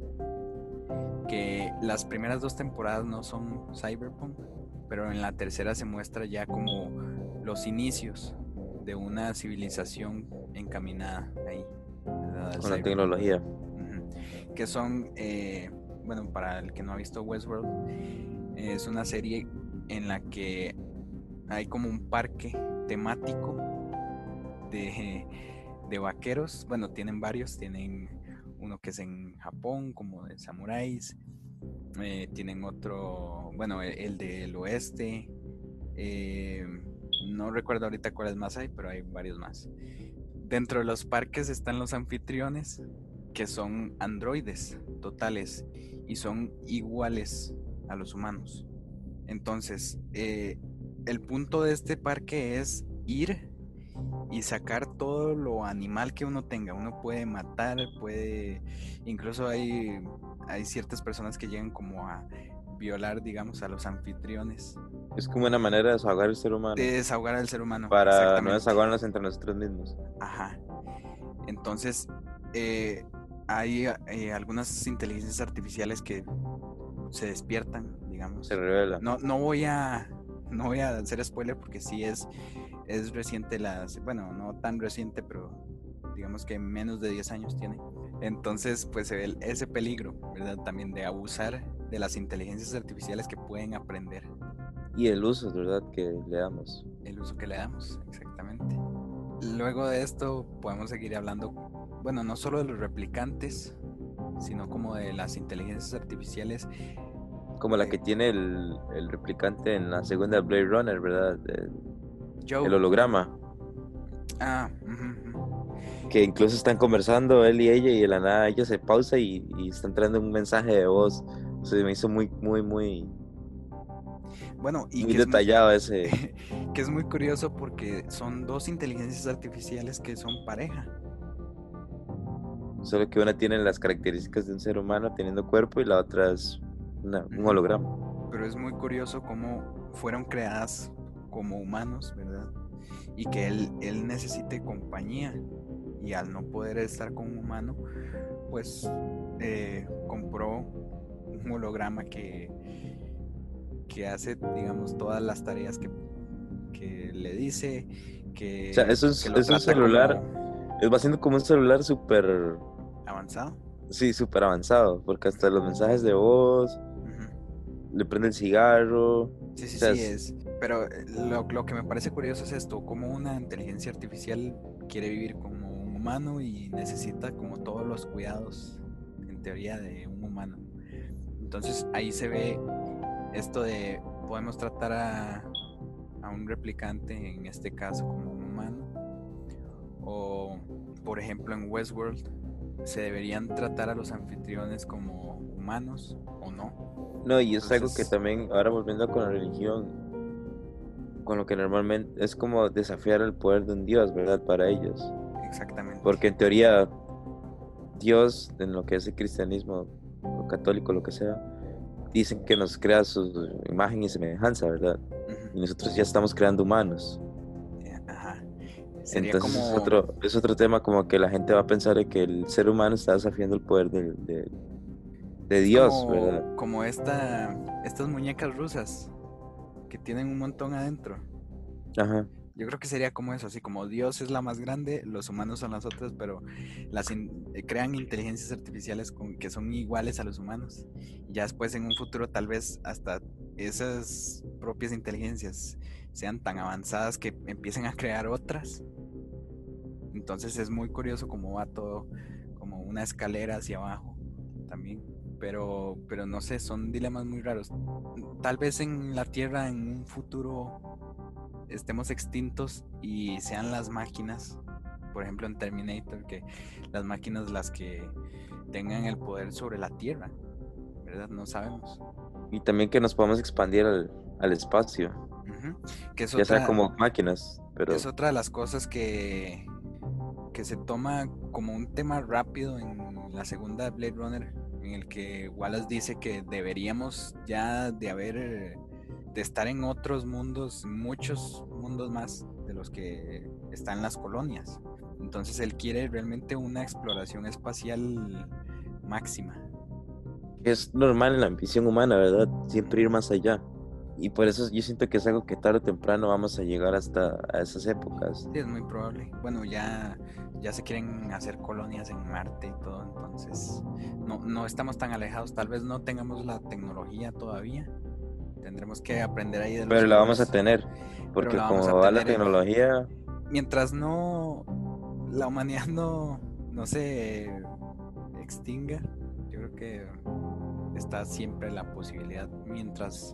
que las primeras dos temporadas no son cyberpunk, pero en la tercera se muestra ya como los inicios de una civilización encaminada ahí, ¿verdad? Al Con la cyberpunk. tecnología. Uh-huh. Que son, eh, bueno, para el que no ha visto Westworld, eh, es una serie en la que hay como un parque temático de, de vaqueros. Bueno, tienen varios, tienen uno que es en Japón, como de samuráis, eh, tienen otro, bueno, el, el del oeste, eh, no recuerdo ahorita cuáles más hay, pero hay varios más. Dentro de los parques están los anfitriones, que son androides totales y son iguales a los humanos. Entonces, eh, el punto de este parque es ir y sacar todo lo animal que uno tenga. Uno puede matar, puede, incluso hay, hay ciertas personas que llegan como a violar, digamos, a los anfitriones. Es como una manera de desahogar al ser humano, De desahogar al ser humano, para no exactamente. desahogarnos entre nosotros mismos. Ajá. Entonces, eh, hay eh, algunas inteligencias artificiales que se despiertan, digamos. Se revela. No, no voy a, no voy a hacer spoiler porque sí es, es reciente la, bueno, no tan reciente, pero digamos que menos de diez años tiene. Entonces, pues se ve ese peligro, ¿verdad? También de abusar de las inteligencias artificiales que pueden aprender. Y el uso, ¿verdad?, que le damos. El uso que le damos, exactamente. Luego de esto podemos seguir hablando, bueno, no solo de los replicantes, sino como de las inteligencias artificiales. Como la que tiene el, el replicante en la segunda Blade Runner, ¿verdad? El, Joe. el holograma. Ah, uh-huh, uh-huh. Que incluso están conversando él y ella y de la nada ella se pausa y, y están trayendo un mensaje de voz. O sea, me hizo muy, muy, muy... Bueno, y muy que detallado es muy, ese. que es muy curioso porque son dos inteligencias artificiales que son pareja. Solo que una tiene las características de un ser humano teniendo cuerpo y la otra es una, un holograma. Pero es muy curioso cómo fueron creadas como humanos, ¿verdad? Y que él, él necesite compañía. Y al no poder estar con un humano, pues eh, compró un holograma que, que hace, digamos, todas las tareas que, que le dice. Que, O sea, es un, que lo es un trata celular, como va siendo como un celular súper... avanzado. Sí, súper avanzado, porque hasta los mensajes de voz, Uh-huh. le prende el cigarro. Sí, sí, O sea, sí, es. Pero lo, lo que me parece curioso es esto, cómo una inteligencia artificial quiere vivir como un humano y necesita como todos los cuidados, en teoría, de un humano. Entonces ahí se ve esto de podemos tratar a, a un replicante, en este caso, como un humano. O, por ejemplo, en Westworld, ¿se deberían tratar a los anfitriones como humanos o no? no, y es Entonces, algo que también, ahora volviendo con la religión, con lo que normalmente es como desafiar el poder de un Dios, ¿verdad? Para ellos. exactamente. Porque en teoría, Dios, en lo que es el cristianismo, o católico, lo que sea, dicen que nos crea su imagen y semejanza, ¿verdad? Uh-huh. Y nosotros ya estamos creando humanos. Ajá. Sería Entonces como... es otro, es otro tema como que la gente va a pensar de que el ser humano está desafiando el poder de, de, de Es Dios, ¿verdad? como, como esta, estas muñecas rusas que tienen un montón adentro. Ajá. Yo creo que sería como eso, así como Dios es la más grande, los humanos son las otras, pero las in- eh, crean inteligencias artificiales con, que son iguales a los humanos. Y ya después en un futuro tal vez hasta esas propias inteligencias sean tan avanzadas que empiecen a crear otras. Entonces es muy curioso cómo va todo, como una escalera hacia abajo también. Pero, pero no sé, son dilemas muy raros. Tal vez en la Tierra en un futuro estemos extintos y sean las máquinas, por ejemplo en Terminator, que las máquinas las que tengan el poder sobre la Tierra, ¿verdad? No sabemos. Y también que nos podamos expandir al, al espacio, Uh-huh. Que es ya sea otra, como máquinas, pero es otra de las cosas que, que se toma como un tema rápido en la segunda Blade Runner, en el que Wallace dice que deberíamos ya de haber, de estar en otros mundos, muchos mundos más de los que están las colonias. Entonces él quiere realmente una exploración espacial máxima. es normal en la ambición humana, ¿verdad? Siempre ir más allá. Y por eso yo siento que es algo que tarde o temprano vamos a llegar hasta a esas épocas. Sí, es muy probable. Bueno, ya, ya se quieren hacer colonias en Marte y todo, entonces no, no estamos tan alejados. Tal vez no tengamos la tecnología todavía. Tendremos que aprender ahí de los Pero la vamos a errores, tener, pero porque la vamos como a va la tener. tecnología, Mientras no la humanidad no, no se extinga, yo creo que está siempre la posibilidad. Mientras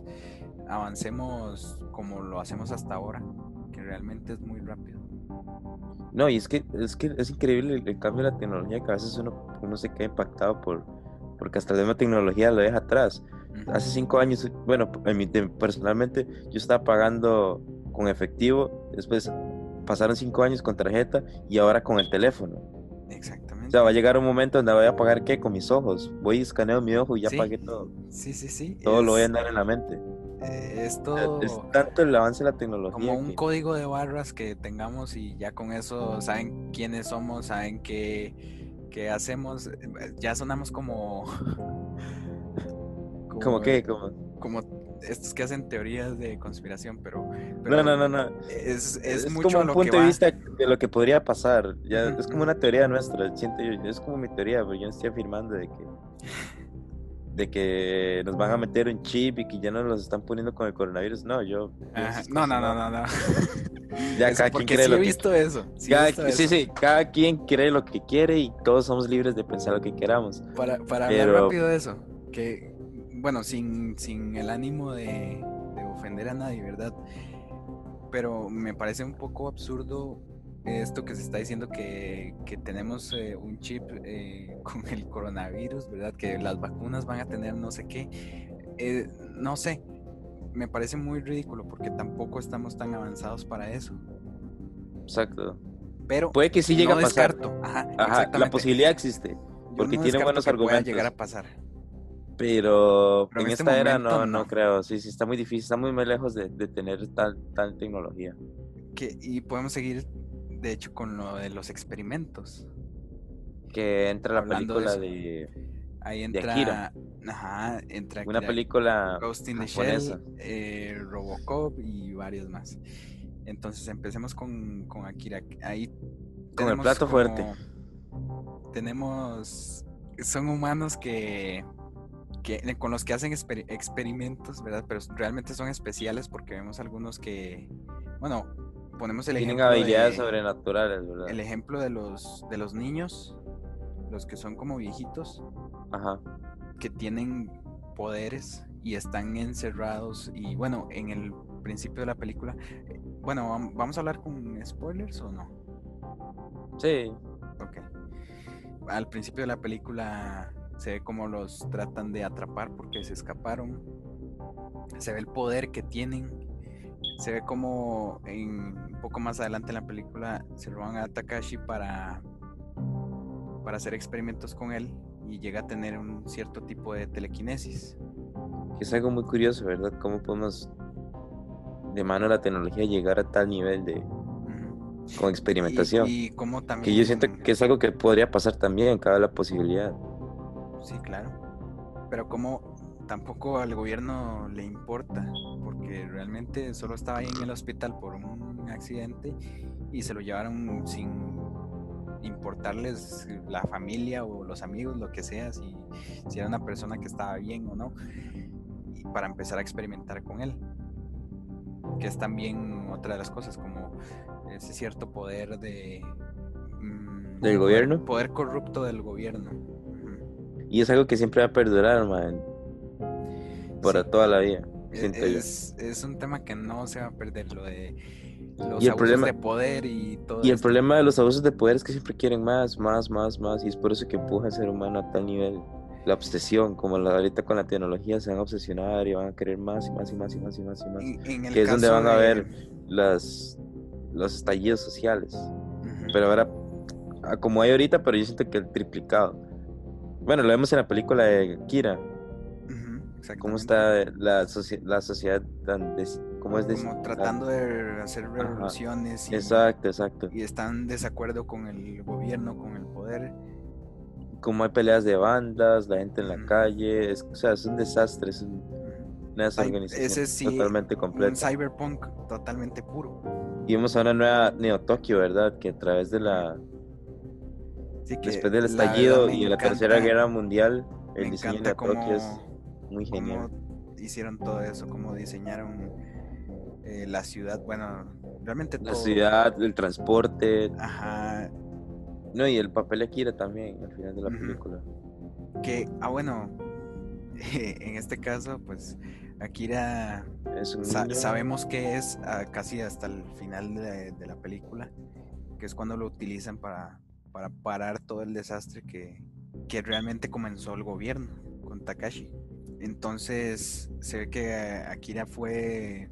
avancemos como lo hacemos hasta ahora, que realmente es muy rápido. no, y es que es que es increíble el, el cambio de la tecnología, que a veces uno, uno se queda impactado por, porque hasta la misma tecnología lo deja atrás. Uh-huh. Hace cinco años, bueno, en mi, personalmente, yo estaba pagando con efectivo, después pasaron cinco años con tarjeta y ahora con el teléfono. Exactamente. O sea, va a llegar un momento donde voy a pagar, ¿qué? Con mis ojos. Voy y escaneo mi ojo y ya Sí, pagué todo. sí, sí, sí. Todo lo voy a Es, andar en la mente. eh, es O sea, es todo tanto el avance de la como tecnología un que... código de barras que tengamos y ya con eso saben quiénes somos, saben qué, qué hacemos. Ya sonamos como... ¿Cómo como qué? ¿Cómo? como estos que hacen teorías de conspiración, pero, No, pero no, no, no. es, es Es mucho como a un lo que punto de va. vista de lo que podría pasar. Ya, Ujú, es como ujú. una teoría nuestra, siento yo. Es como mi teoría, pero yo no estoy afirmando de que, de que nos van a meter un chip y que ya nos los están poniendo con el coronavirus. No, yo, yo Ajá. esas No, cosas no, no, no. no, no. Ya Eso, cada quien porque cree sí he lo que visto eso, sí he cada, visto qui- sí, eso. sí, cada quien cree lo que quiere y todos somos libres de pensar lo que queramos. Para, para hablar Pero, rápido de eso, que, bueno, sin, sin el ánimo de, de ofender a nadie, ¿verdad? Pero me parece un poco absurdo esto que se está diciendo que, que tenemos eh, un chip eh, con el coronavirus, ¿verdad? Que las vacunas van a tener no sé qué. Eh, no sé, me parece muy ridículo porque tampoco estamos tan avanzados para eso. exacto. Pero Puede que sí llegue no a pasar. descarto, ajá, Ajá, la exactamente. posibilidad existe, Yo porque no tiene descarto buenos que pueda llegar argumentos. a pasar. Pero Pero en en este esta era momento no, no. no creo. Sí, sí, está muy difícil, está muy, muy lejos de, de tener tal, tal tecnología. Que, y podemos seguir, de hecho, con lo de los experimentos. Que entra la Hablando de película eso, de, ahí de Akira, entra, ajá, entra una Akira, película Ghost in the Shell, japonesa, eh, Robocop y varios más. Entonces empecemos con, con Akira. Ahí con el tenemos plato fuerte. como, tenemos, son humanos que, que con los que hacen exper- experimentos, ¿verdad? Pero realmente son especiales porque vemos algunos que, bueno, ponemos el Tienen ejemplo habilidades de, sobrenaturales, ¿verdad? el ejemplo de los, de los niños, los que son como viejitos, Ajá. que tienen poderes y están encerrados y bueno, en el principio de la película, eh, bueno, vam- vamos a hablar con spoilers o no. Sí, Ok. Al principio de la película se ve cómo los tratan de atrapar porque se escaparon. Se ve el poder que tienen. Se ve como en, un poco más adelante en la película se roban a Takashi para, para hacer experimentos con él y llega a tener un cierto tipo de telequinesis. que es algo muy curioso, ¿verdad? Cómo podemos, de mano de la tecnología, llegar a tal nivel de, Ujú. con Y, experimentación. y como Que yo siento también, que es algo que podría pasar también, cabe la posibilidad. sí, claro, pero como tampoco al gobierno le importa, porque realmente solo estaba ahí en el hospital por un accidente y se lo llevaron sin importarles la familia o los amigos, lo que sea, si, si era una persona que estaba bien o no, y para empezar a experimentar con él, que es también otra de las cosas, como ese cierto poder de Del mm, poder, gobierno. poder corrupto del gobierno. Ujú. Y es algo que siempre va a perdurar, man, Sí, para toda la vida, e- siento yo. es, es un tema que no se va a perder, lo de Y los el abusos problema, de poder y todo y el esto. problema de los abusos de poder es que siempre quieren más, más, más, más, y es por eso que empuja al ser humano a tal nivel. La obsesión, como la, ahorita con la tecnología, se van a obsesionar y van a querer más y más y más y más y más y más. En, en el Que es donde caso van a de... ver las, los estallidos sociales. Ujú, Pero ahora, ah, como hay ahorita, pero yo siento que el triplicado. Bueno, lo vemos en la película de Kira, ujú, cómo exactamente. está la, soci- la sociedad tan des- cómo es des- Como tan- tratando de hacer ajá, revoluciones y, exacto, exacto. y están en desacuerdo con el gobierno, con el poder. Como hay peleas de bandas, la gente en la Ujú, calle, es, o sea, es un desastre, es un- ujú. una Cy- desorganización Ese sí, totalmente un completa. cyberpunk totalmente puro. Y vemos a una nueva Neo Tokio, ¿verdad? Que a través de Ujú. la, Sí que después del la verdad estallido me y de la Tercera encanta, Guerra Mundial, me el diseño de encanta Neo Tokio cómo, es muy genial. cómo hicieron todo eso, cómo diseñaron eh, la ciudad, bueno, realmente La todo. ciudad, el transporte, Ajá. no, y el papel de Akira también, al final de la Ujú. película. Que, ah, bueno, en este caso, pues Akira Es un sa- niño, sabemos que es ah, casi hasta el final de, de la película, que es cuando lo utilizan para, para parar todo el desastre que, que realmente comenzó el gobierno con Takashi. Entonces se ve que Akira fue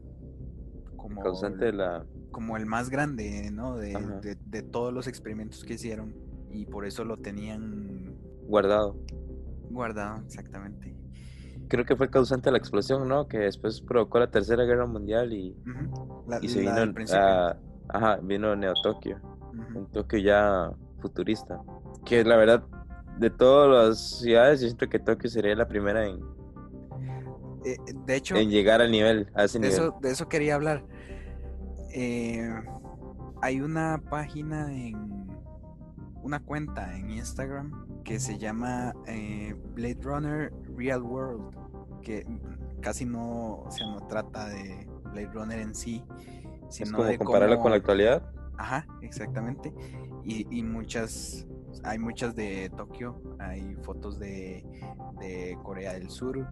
el como, causante de la... como el más grande, ¿no? De, Ajá, de, de todos los experimentos que hicieron y por eso lo tenían guardado. guardado, exactamente. Creo que fue el causante de la explosión, ¿no? Que después provocó la Tercera Guerra Mundial y, Ujú. La, y se la vino del principio. a... Ajá, vino Neo Tokio, Ujú. un Tokio ya futurista. Que la verdad, de todas las ciudades, yo siento que Tokio sería la primera en, Eh, de hecho, en llegar al nivel, a ese de nivel. eso, de eso quería hablar. Eh, hay una página en una cuenta en Instagram que se llama eh, Blade Runner Real World, que casi no, o sea, no trata de Blade Runner en sí, Es sino como de compararlo con la cómo, actualidad. ajá, exactamente, y, y muchas, hay muchas de Tokio, hay fotos de, de Corea del Sur,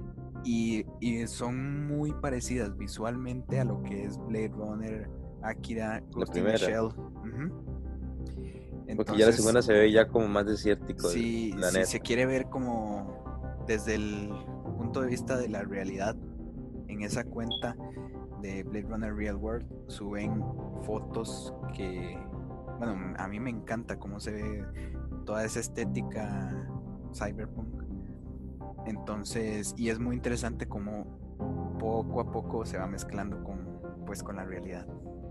y, y son muy parecidas visualmente a lo que es Blade Runner, Akira, La Ghost in the primera. Shell. Uh-huh. Porque ya la Entonces, segunda se ve ya como más desértico, si, la si se neta. quiere ver como desde el punto de vista de la realidad, en esa cuenta de Blade Runner Real World suben fotos que, bueno, a mí me encanta cómo se ve toda esa estética cyberpunk. Entonces, y es muy interesante cómo poco a poco se va mezclando con, pues, con la realidad.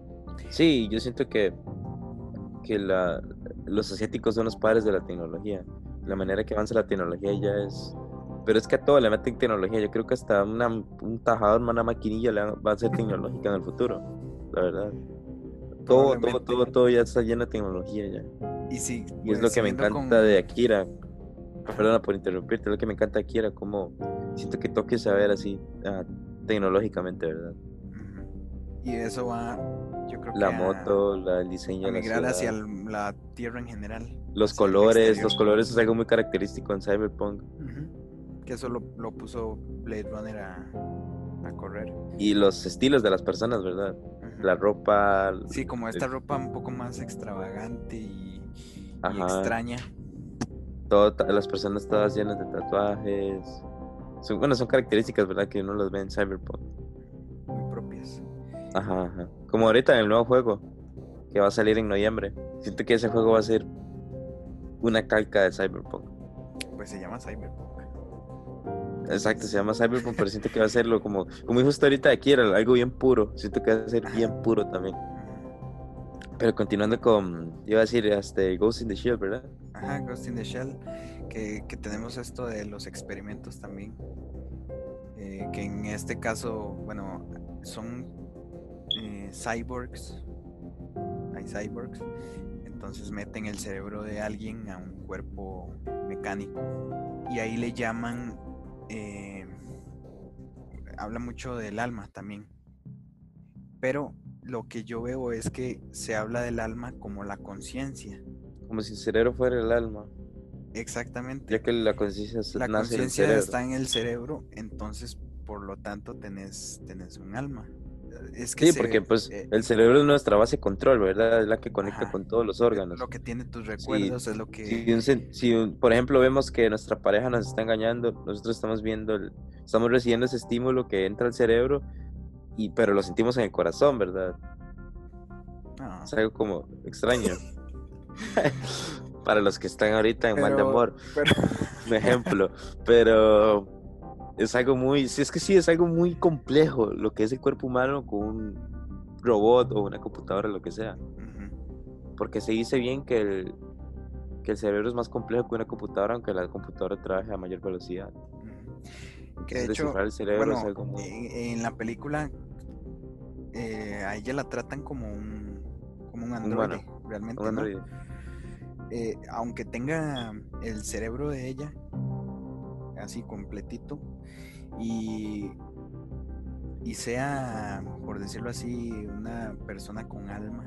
Sí, yo siento que, que la, los asiáticos son los padres de la tecnología. La manera que avanza la tecnología ya es... Pero es que a todo le meten tecnología. Yo creo que hasta una, un tajador, una maquinilla le va a ser tecnológica en el futuro. La verdad. Todo, todo, Probablemente. todo, todo ya está lleno de tecnología ya. Y sí, Y es pues lo que me siguiendo encanta de con... Akira. Ajá. Perdona por interrumpirte, es lo que me encanta de Akira, como siento que Tokio se va a ver así ah, tecnológicamente, ¿verdad? Ujú. Y eso va, yo creo La que a, moto, la, el diseño a de la migrar hacia ciudad, el- la Tierra en general, los hacia el colores, exterior. los colores es algo muy característico en Cyberpunk. Ujú. Que eso lo, lo puso Blade Runner a, a correr. Y los estilos de las personas, ¿verdad? La Ujú. ropa, Sí, como esta el- ropa un poco más extravagante y, y ajá, extraña. todo, ta- las personas todas llenas de tatuajes. Son, bueno, son características, ¿verdad? Que uno los ve en Cyberpunk. Muy propias. Ajá, ajá. Como ahorita en el nuevo juego, que va a salir en noviembre. Siento que ese juego va a ser una calca de Cyberpunk. Pues se llama Cyberpunk. Exacto, se Entonces, llama Cyberpunk, pero siento que va a serlo como, como dijo usted ahorita de Kira, algo bien puro. Siento que va a ser ajá. bien puro también. Ujú. Pero continuando con, iba a decir, este, Ghost in the Shield, ¿verdad? Ajá, Ghost in the Shell, que, que tenemos esto de los experimentos también, eh, que en este caso, bueno, son eh, cyborgs, hay cyborgs, entonces meten el cerebro de alguien a un cuerpo mecánico y ahí le llaman, eh, habla mucho del alma también, pero lo que yo veo es que se habla del alma como la conciencia, Como si el cerebro fuera el alma, ya exactamente. que la conciencia s- La nace del conciencia cerebro. está en el cerebro, entonces por lo tanto tenés, tenés un alma. Es que Sí, se, porque pues eh, el cerebro es nuestra base de control, ¿verdad? Es la que conecta ajá, con todos los es órganos. lo que tiene tus Si, recuerdos, es lo si, un que, sen- si un- por ejemplo, vemos que nuestra pareja nos está engañando, nosotros estamos viendo, el- estamos recibiendo ese estímulo que entra al cerebro, y, pero lo sentimos en el corazón, ¿verdad? no, Es algo como extraño. Para los que están ahorita en mal de pero, amor, pero, un ejemplo. Pero es algo muy, sí, es que sí, es algo muy complejo lo que es el cuerpo humano con un robot o una computadora, lo que sea. ujú, Porque se dice bien que el, que el cerebro es más complejo que una computadora, aunque la computadora trabaje a mayor velocidad. ujú. Que de Entonces hecho, descifrar el cerebro es bueno, algo muy... en, en la película eh, a ella la tratan como un, como un Humano, androide, un realmente, ¿no? androide. Eh, aunque tenga el cerebro de ella así completito y y sea, por decirlo así, una persona con alma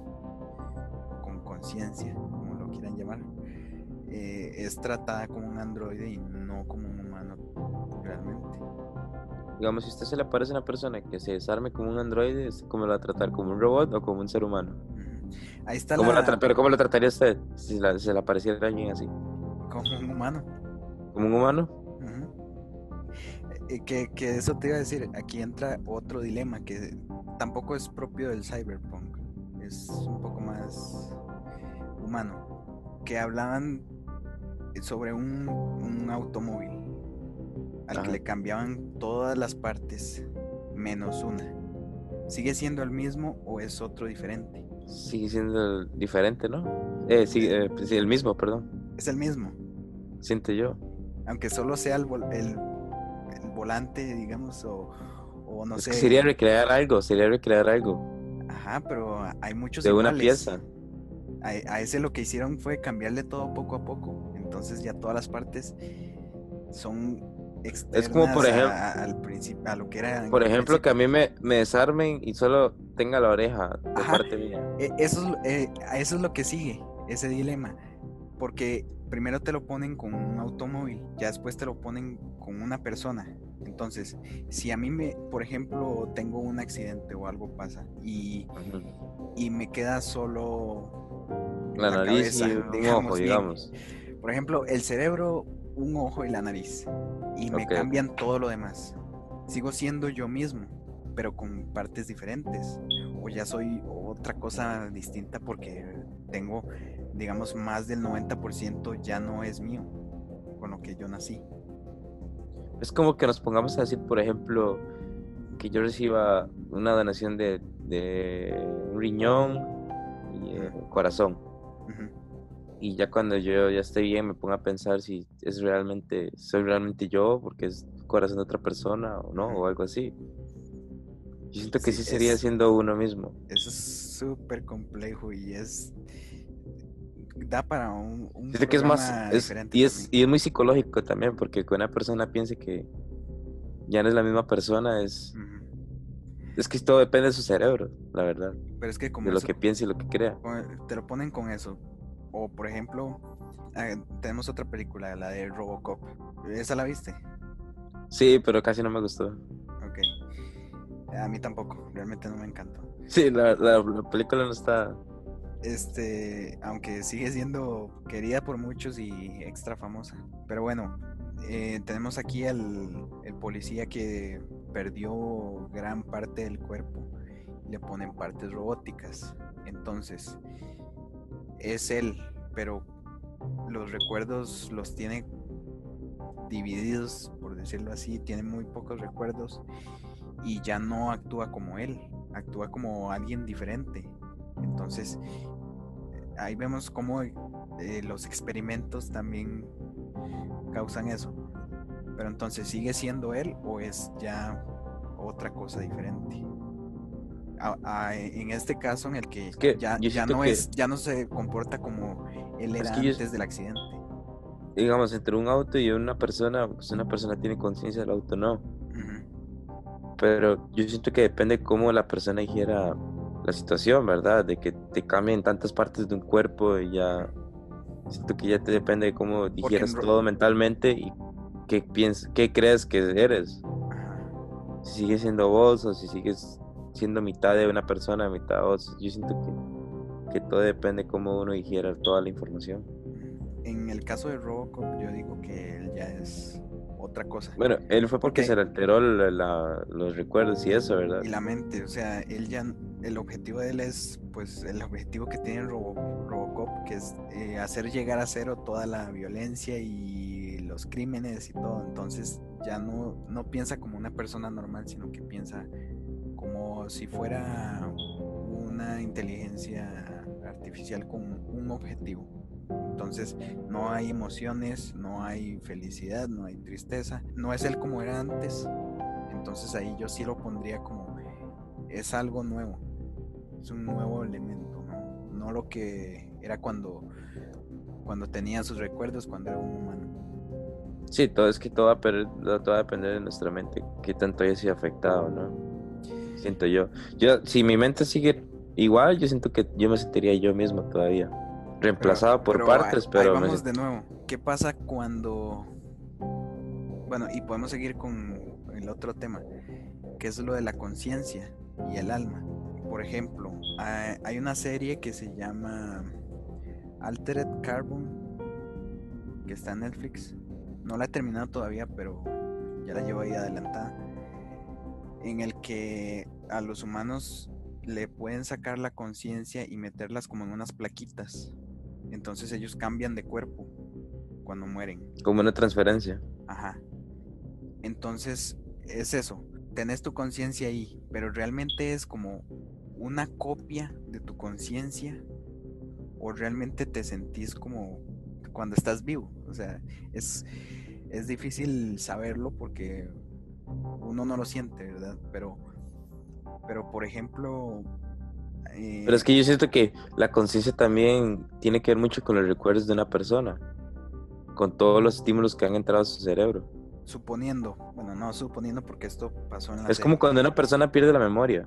o con conciencia, como lo quieran llamar, eh, es tratada como un androide y no como un humano realmente. Digamos, si usted se le aparece a una persona que se desarme como un androide, ¿cómo lo va a tratar? ¿Como un robot o como un ser humano? Ujú. Ahí está ¿Cómo la la tra- pero ¿cómo lo trataría usted si la- se le apareciera alguien así? como un humano. ¿Como un humano? Ujú. Eh, que, que eso te iba a decir, aquí entra otro dilema que tampoco es propio del cyberpunk, es un poco más humano, que hablaban sobre un, un automóvil al que Ajá. le cambiaban todas las partes menos una. ¿Sigue siendo el mismo o es otro diferente? Sigue siendo diferente, ¿no? Eh, sí, Eh, eh, pues sí, el mismo, perdón. es el mismo, Siento yo. aunque solo sea el, vol- el, el volante, digamos, o, o no Es que sería sé. recrear algo, sería recrear algo Ajá, pero hay muchos de una iguales. pieza. A, a ese lo que hicieron fue cambiarle todo poco a poco. Entonces ya todas las partes son Es como, por externas ejemplo, a, a- al principio, a lo que era en por un ejemplo, que a principio. mí me, me desarmen y solo tenga la oreja de Ajá, parte mía. e- eso, es- eh, a eso es lo que sigue, ese dilema. Porque primero te lo ponen con un automóvil, ya después te lo ponen con una persona. Entonces, si a mí me, por ejemplo, tengo un accidente o algo pasa y, Ujú. y me queda solo La la nariz cabeza, y un ojo, digamos bien. digamos. Por ejemplo, el cerebro, un ojo y la nariz. Y me Ok, ok. cambian todo lo demás. Sigo siendo yo mismo, pero con partes diferentes. O ya soy otra cosa distinta porque tengo, digamos, más del noventa por ciento ya no es mío, con lo que yo nací. Es como que nos pongamos a decir, por ejemplo, que yo reciba una donación de, de un riñón y eh, Ujú, corazón. ujú. Y ya cuando yo ya esté bien me pongo a pensar si es realmente, soy realmente yo, porque es corazón de otra persona o no, o Ujú. algo así. Yo siento que Sí, sí sería es, siendo uno mismo. eso es súper complejo y es, da para un, un Siento que es más, programa es, diferente y es, también. y es muy psicológico también, porque que una persona piense que ya no es la misma persona, es, Ujú. es que todo depende de su cerebro, la verdad, Pero es que como de lo eso que piense y lo que crea. te lo ponen con eso. O por ejemplo, eh, tenemos otra película, la de Robocop. ¿Esa la viste? Sí, pero casi no me gustó. Ok. A mí tampoco, realmente no me encantó. Sí, la, la, la película no está. Este, aunque sigue siendo querida por muchos y extra famosa. Pero bueno, eh, tenemos aquí el, el policía que perdió gran parte del cuerpo y le ponen partes robóticas. Entonces, es él, pero los recuerdos los tiene divididos, por decirlo así, tiene muy pocos recuerdos y ya no actúa como él, actúa como alguien diferente. Entonces, ahí vemos cómo eh, los experimentos también causan eso. Pero entonces, ¿sigue siendo él o es ya otra cosa diferente? A, a, en este caso en el que Es que ya, yo ya siento no que, es, ya no se comporta como él es era que yo, antes del accidente. digamos, entre un auto y una persona, pues una persona tiene conciencia del auto, no. Ujú. Pero yo siento que depende cómo la persona dijera la situación, ¿verdad? De que te cambien tantas partes de un cuerpo y ya, siento que ya te depende de cómo Porque en, digieras Ro- todo mentalmente y qué piensas, qué crees que eres. Ajá. Si sigues siendo vos o si sigues siendo mitad de una persona, mitad vos. Yo siento que, que todo depende de cómo uno digiera toda la información. En el caso de Robocop, yo digo que él ya es otra cosa. Bueno, él fue porque se Porque, le alteró la- la- los recuerdos y eso, ¿verdad? y la mente, o sea, él ya, el objetivo de él es, pues, el objetivo que tiene Robo- Robocop, que es eh, hacer llegar a cero toda la violencia y los crímenes y todo. Entonces, ya no, no piensa como una persona normal, sino que piensa como si fuera una inteligencia artificial con un objetivo. Entonces no hay emociones, no hay felicidad, no hay tristeza, no es él como era antes. Entonces ahí yo sí lo pondría como es algo nuevo, es un nuevo elemento, no, no lo que era cuando, cuando tenía sus recuerdos, cuando era un humano. Sí, todo es que todo va a, per- todo va a depender de nuestra mente, qué tanto haya sido afectado, ¿no? Siento yo. Yo, si mi mente sigue igual, yo siento que yo me sentiría yo mismo todavía. Pero, Reemplazado por pero ahí partes, ahí pero me vamos sent- de nuevo. ¿Qué pasa cuando... Bueno, y podemos seguir con el otro tema, que es lo de la conciencia y el alma. Por ejemplo, hay hay una serie que se llama Altered Carbon, que está en Netflix. No la he terminado todavía, pero ya la llevo ahí adelantada. En el que a los humanos le pueden sacar la conciencia y meterlas como en unas plaquitas. Entonces ellos cambian de cuerpo cuando mueren. como una transferencia. Ajá. Entonces es eso. Tenés tu conciencia ahí, pero realmente es como una copia de tu conciencia o realmente te sentís como cuando estás vivo. O sea, es, es difícil saberlo porque uno no lo siente, ¿verdad? Pero, pero por ejemplo, eh, Pero es que yo siento que la conciencia también tiene que ver mucho con los recuerdos de una persona, con todos los estímulos que han entrado a su cerebro. suponiendo, bueno, no suponiendo porque esto pasó en la Es como serie. cuando una persona pierde la memoria.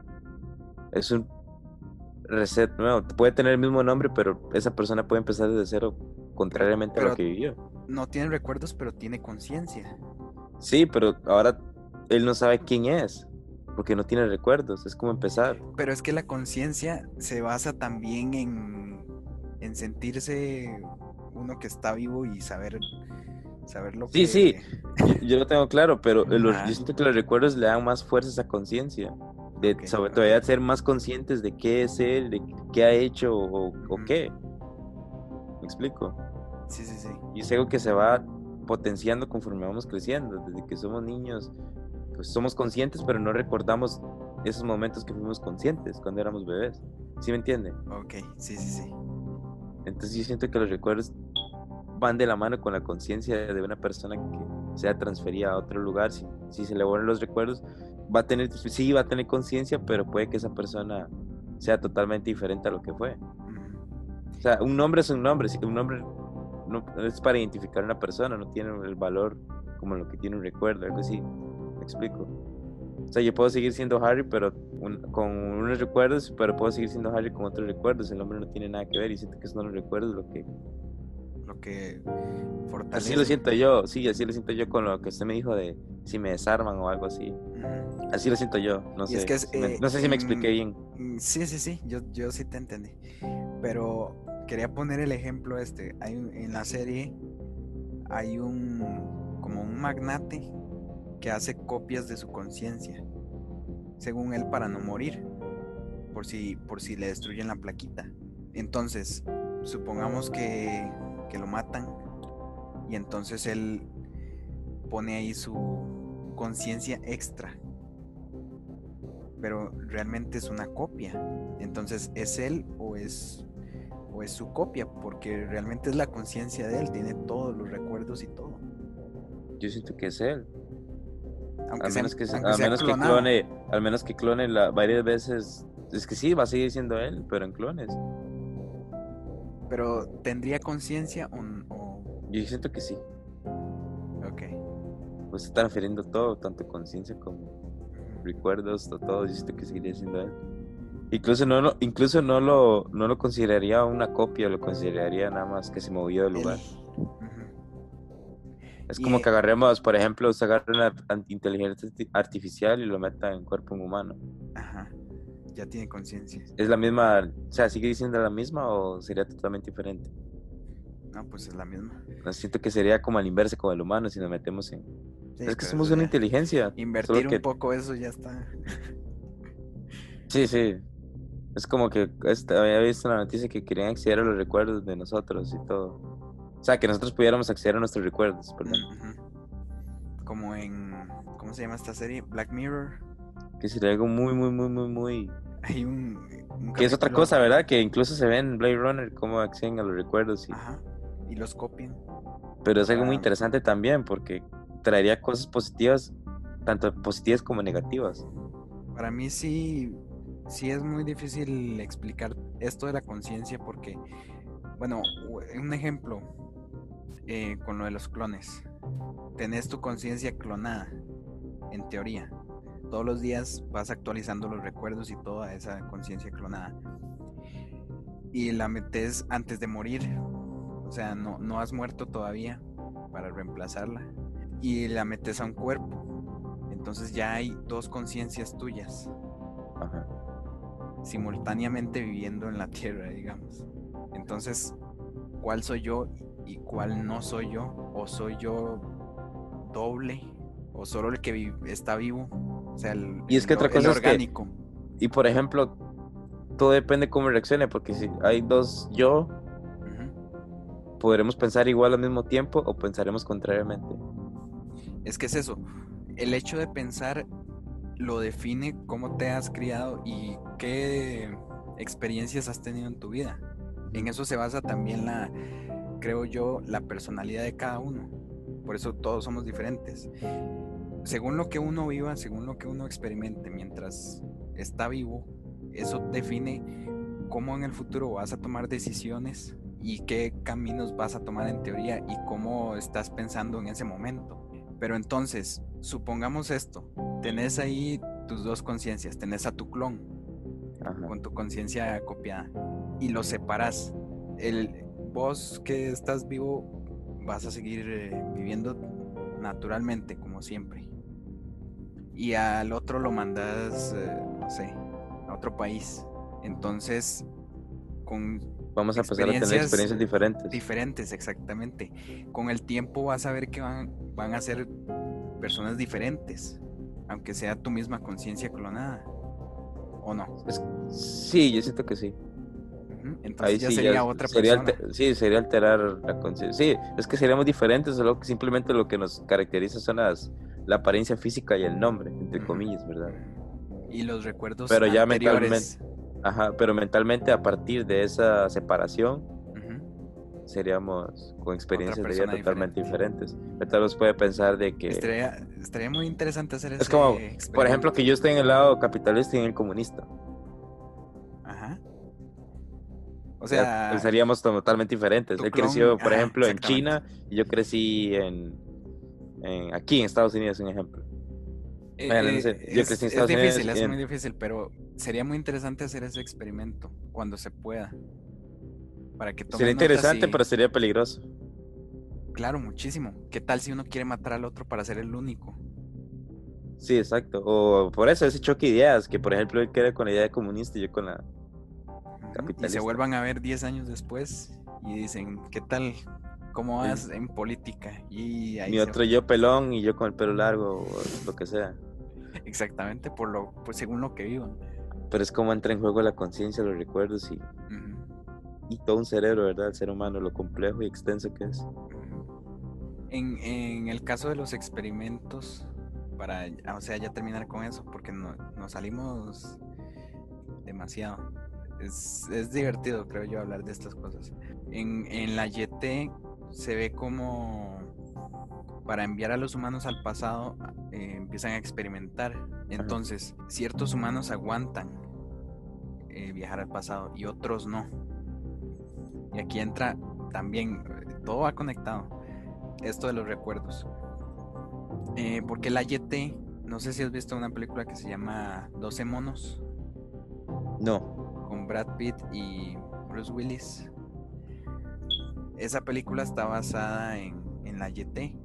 Es un reset nuevo. Puede tener el mismo nombre, pero esa persona puede empezar desde cero, Pero, contrariamente a lo pero que vivió. no tiene recuerdos, pero tiene conciencia. Sí, pero ahora él no sabe quién es, porque no tiene recuerdos. Es como empezar. Pero es que la conciencia se basa también en, en sentirse uno que está vivo y saber, saber lo Sí, sí, que... yo, yo lo tengo claro, pero los- yo Ajá, siento que los recuerdos le dan más fuerza a esa conciencia, de ok, sobre ok. todavía ser más conscientes de qué es él, de qué ha hecho o, o Ujú. qué. ¿Me explico? Sí, sí, sí. Y es algo que se va potenciando conforme vamos creciendo. Desde que somos niños, pues somos conscientes, pero no recordamos esos momentos que fuimos conscientes cuando éramos bebés. ¿Sí me entiende? Ok, sí, sí, sí. Entonces yo siento que los recuerdos van de la mano con la conciencia de una persona que sea transferida a otro lugar. Si, si se le borran los recuerdos, va a tener, sí, va a tener conciencia, pero puede que esa persona sea totalmente diferente a lo que fue. Ujú. O sea, un nombre es un nombre, sí, un nombre no es para identificar a una persona, no tiene el valor como lo que tiene un recuerdo, algo así. ¿Me explico? O sea, yo puedo seguir siendo Harry, pero un- con unos recuerdos, pero puedo seguir siendo Harry con otros recuerdos. El nombre no tiene nada que ver y siento que son los recuerdos lo que... Lo que Así lo fortalece. siento yo, sí, así lo siento yo con lo que usted me dijo de si me desarman o algo así. Ujú. Así lo siento yo, no Y es sé, que es, si me- eh, no sé si me expliqué en... bien. mm, Sí, sí, sí, yo, yo sí te entendí. Pero quería poner el ejemplo este. Hay un- en la serie hay un como un magnate que hace copias de su conciencia, según él para no morir, por si, por si le destruyen la plaquita. Entonces, supongamos que, que lo matan y entonces él pone ahí su conciencia extra, pero realmente es una copia. Entonces, ¿es él o es, o es su copia? Porque realmente es la conciencia de él, tiene todos los recuerdos y todo. Yo siento que es él. Aunque Al sea, menos que, se- aunque al sea menos que clonado. clone, al menos que clone la, varias veces. Es que sí, va a seguir siendo él, pero en clones. Pero ¿tendría conciencia o, o...? Yo siento que sí. Ok. Pues se está transfiriendo todo, tanto conciencia como Ujú. recuerdos, to- todo. Yo siento que seguiría siendo él. Incluso no lo, incluso no lo, no lo consideraría una copia, lo consideraría nada más que se movió del Él. lugar. Ujú. Es Y, como que eh, agarremos, por ejemplo, se agarra una an- inteligencia arti- artificial y lo meta en cuerpo humano. ajá, ya tiene conciencia. ¿Es la misma, o sea, sigue siendo la misma o sería totalmente diferente? No, pues es la misma. No, siento que sería como al inverso con el humano si nos metemos en... Sí, Es que pero somos eso una ya. inteligencia, solo Invertir un que... poco eso ya está. Sí, sí, es como que este, había visto la noticia que querían acceder a los recuerdos de nosotros y todo. O sea, que nosotros pudiéramos acceder a nuestros recuerdos, perdón. Ujú. Como en. ¿Cómo se llama esta serie? Black Mirror. Que sería algo muy, muy, muy, muy, muy... Hay un, un Que es otra capítulo. cosa, ¿verdad? Que incluso se ve en Blade Runner cómo acceden a los recuerdos, y... Ajá. Y los copian. pero es algo muy Para, interesante también porque traería cosas positivas, tanto positivas como negativas. para mí sí. Sí es muy difícil explicar esto de la conciencia porque. Bueno, un ejemplo. Eh, con lo de los clones. Tenés tu conciencia clonada, en teoría. Todos los días vas actualizando los recuerdos y toda esa conciencia clonada. Y la metes antes de morir. O sea, no, no has muerto todavía para reemplazarla. Y la metes a un cuerpo. Entonces ya hay dos conciencias tuyas Ajá. simultáneamente viviendo en la Tierra, digamos. Entonces, ¿cuál soy yo y cuál no soy yo? ¿O soy yo doble? ¿O solo el que vi- está vivo? O sea, el, Y es que el, otra el cosa es que, orgánico. y por ejemplo, todo depende cómo reaccione, porque si hay dos yo, Ujú. podremos pensar igual al mismo tiempo o pensaremos contrariamente. Es que es eso. El hecho de pensar lo define cómo te has criado y qué experiencias has tenido en tu vida. En eso se basa también la, creo yo, la personalidad de cada uno. Por eso todos somos diferentes. según lo que uno viva, según lo que uno experimente mientras está vivo, eso define cómo en el futuro vas a tomar decisiones y qué caminos vas a tomar en teoría y cómo estás pensando en ese momento. Pero entonces, supongamos esto, tenés ahí tus dos conciencias, tenés a tu clon Ajá. con tu conciencia copiada y lo separas. El, vos que estás vivo vas a seguir eh, viviendo naturalmente como siempre. Y al otro lo mandas, eh, no sé, a otro país. Entonces, con Vamos a empezar a tener experiencias experiencias diferentes. diferentes, exactamente. Con el tiempo vas a ver que van, van a ser personas diferentes, aunque sea tu misma conciencia clonada, ¿o no? Es- sí, yo siento que sí. Ujú. Entonces Ahí ya sí ya sería otra sería, persona. alte- sí, sería alterar la conciencia. Sí, es que seríamos diferentes, solo que simplemente lo que nos caracteriza son las, la apariencia física y el nombre, entre Ujú, comillas, ¿verdad? ujú. Y los recuerdos Pero ya mentalmente, anteriores. ajá, pero mentalmente a partir de esa separación Ujú. seríamos con Otra experiencias de vida persona totalmente diferente. diferentes. Tal vez puede pensar de que Estaría, estaría muy interesante hacer es como, ese por ejemplo, experimento. que yo estoy en el lado capitalista y en el comunista. Ajá. O Ya sea, pensaríamos totalmente diferentes. tu Él clon, creció, por ajá, ejemplo, en exactamente. China y yo crecí en, en aquí en Estados Unidos, un ejemplo. Eh, Bueno, no sé, eh, yo es, crecí en es Estados Unidos difícil, y es muy en- difícil, pero sería muy interesante hacer ese experimento cuando se pueda, para que sería tomen notas interesante, y, pero sería peligroso. claro, muchísimo. ¿Qué tal si uno quiere matar al otro para ser el único? Sí, exacto. O por eso ese choque de ideas, que por ejemplo él queda con la idea de comunista y yo con la Ujú. Y se capitalista. vuelvan a ver diez años después y dicen, ¿qué tal? ¿Cómo El- vas en política? Y ahí mi se... otro yo pelón y yo con el pelo largo, o lo que sea. Exactamente, por lo, pues según lo que vivan. Pero es como entra en juego la conciencia, los recuerdos y, Ujú, y todo un cerebro, ¿verdad? El ser humano, lo complejo y extenso que es. ujú. En, en el caso de los experimentos, para, o sea, ya terminar con eso, porque no, nos salimos demasiado. Es, es divertido, creo yo, hablar de estas cosas. En, en la Y T se ve como para enviar a los humanos al pasado eh, empiezan a experimentar. Ajá. Entonces, ciertos humanos aguantan eh, viajar al pasado y otros no. Y aquí entra también, eh, todo va conectado, esto de los recuerdos. Eh, porque la Y T, no sé si has visto una película que se llama doce monos, No. con Brad Pitt y Bruce Willis. Esa película está basada en, en la Y T.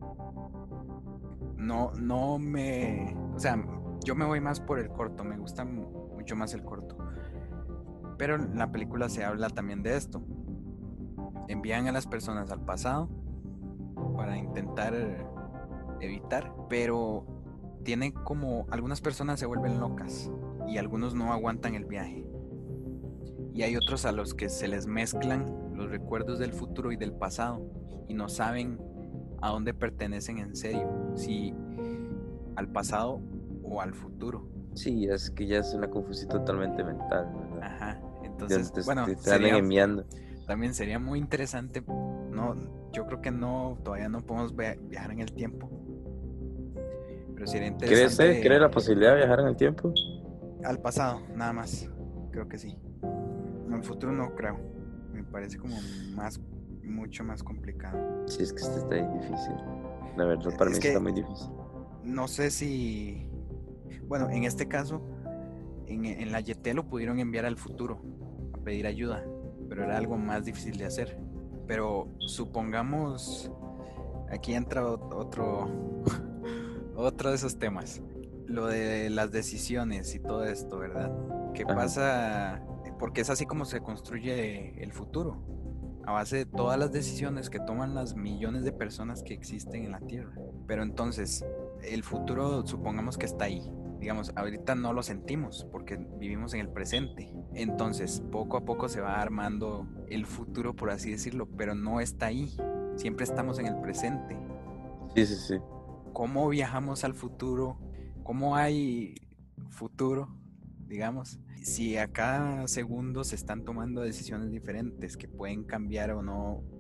No, no me... O sea, yo me voy más por el corto, me gusta mucho más el corto. Pero en la película se habla también de esto. Envían a las personas al pasado para intentar evitar, pero tiene como algunas personas se vuelven locas y algunos no aguantan el viaje. Y hay otros a los que se les mezclan los recuerdos del futuro y del pasado y no saben a dónde pertenecen en serio, si al pasado o al futuro. Sí, es que ya es una confusión totalmente mental, ¿verdad? Ajá, De donde entonces, te, bueno, te, te andan sería enviando. también sería muy interesante. No, yo creo que no, todavía no podemos via- viajar en el tiempo, pero sería ¿Crees, eh? ¿Crees interesante la posibilidad de viajar en el tiempo? al pasado, nada más. Creo que sí. En el futuro no creo. Me parece como más, mucho más complicado. Sí, es que este está ahí difícil. La verdad, para mí Es está que muy difícil. no sé si, bueno, en este caso, en, en la Y T lo pudieron enviar al futuro a pedir ayuda, pero era algo más difícil de hacer. Pero supongamos, aquí entra otro, otro de esos temas, lo de las decisiones y todo esto, ¿verdad? ¿Qué Ajá. pasa? Porque es así como se construye el futuro, a base de todas las decisiones que toman las millones de personas que existen en la Tierra. Pero entonces, el futuro supongamos que está ahí. Digamos, ahorita no lo sentimos porque vivimos en el presente. Entonces, poco a poco se va armando el futuro, por así decirlo, pero no está ahí. Siempre estamos en el presente. Sí, sí, sí. ¿Cómo viajamos al futuro? ¿Cómo hay futuro, digamos? Si a cada segundo se están tomando decisiones diferentes que pueden cambiar o no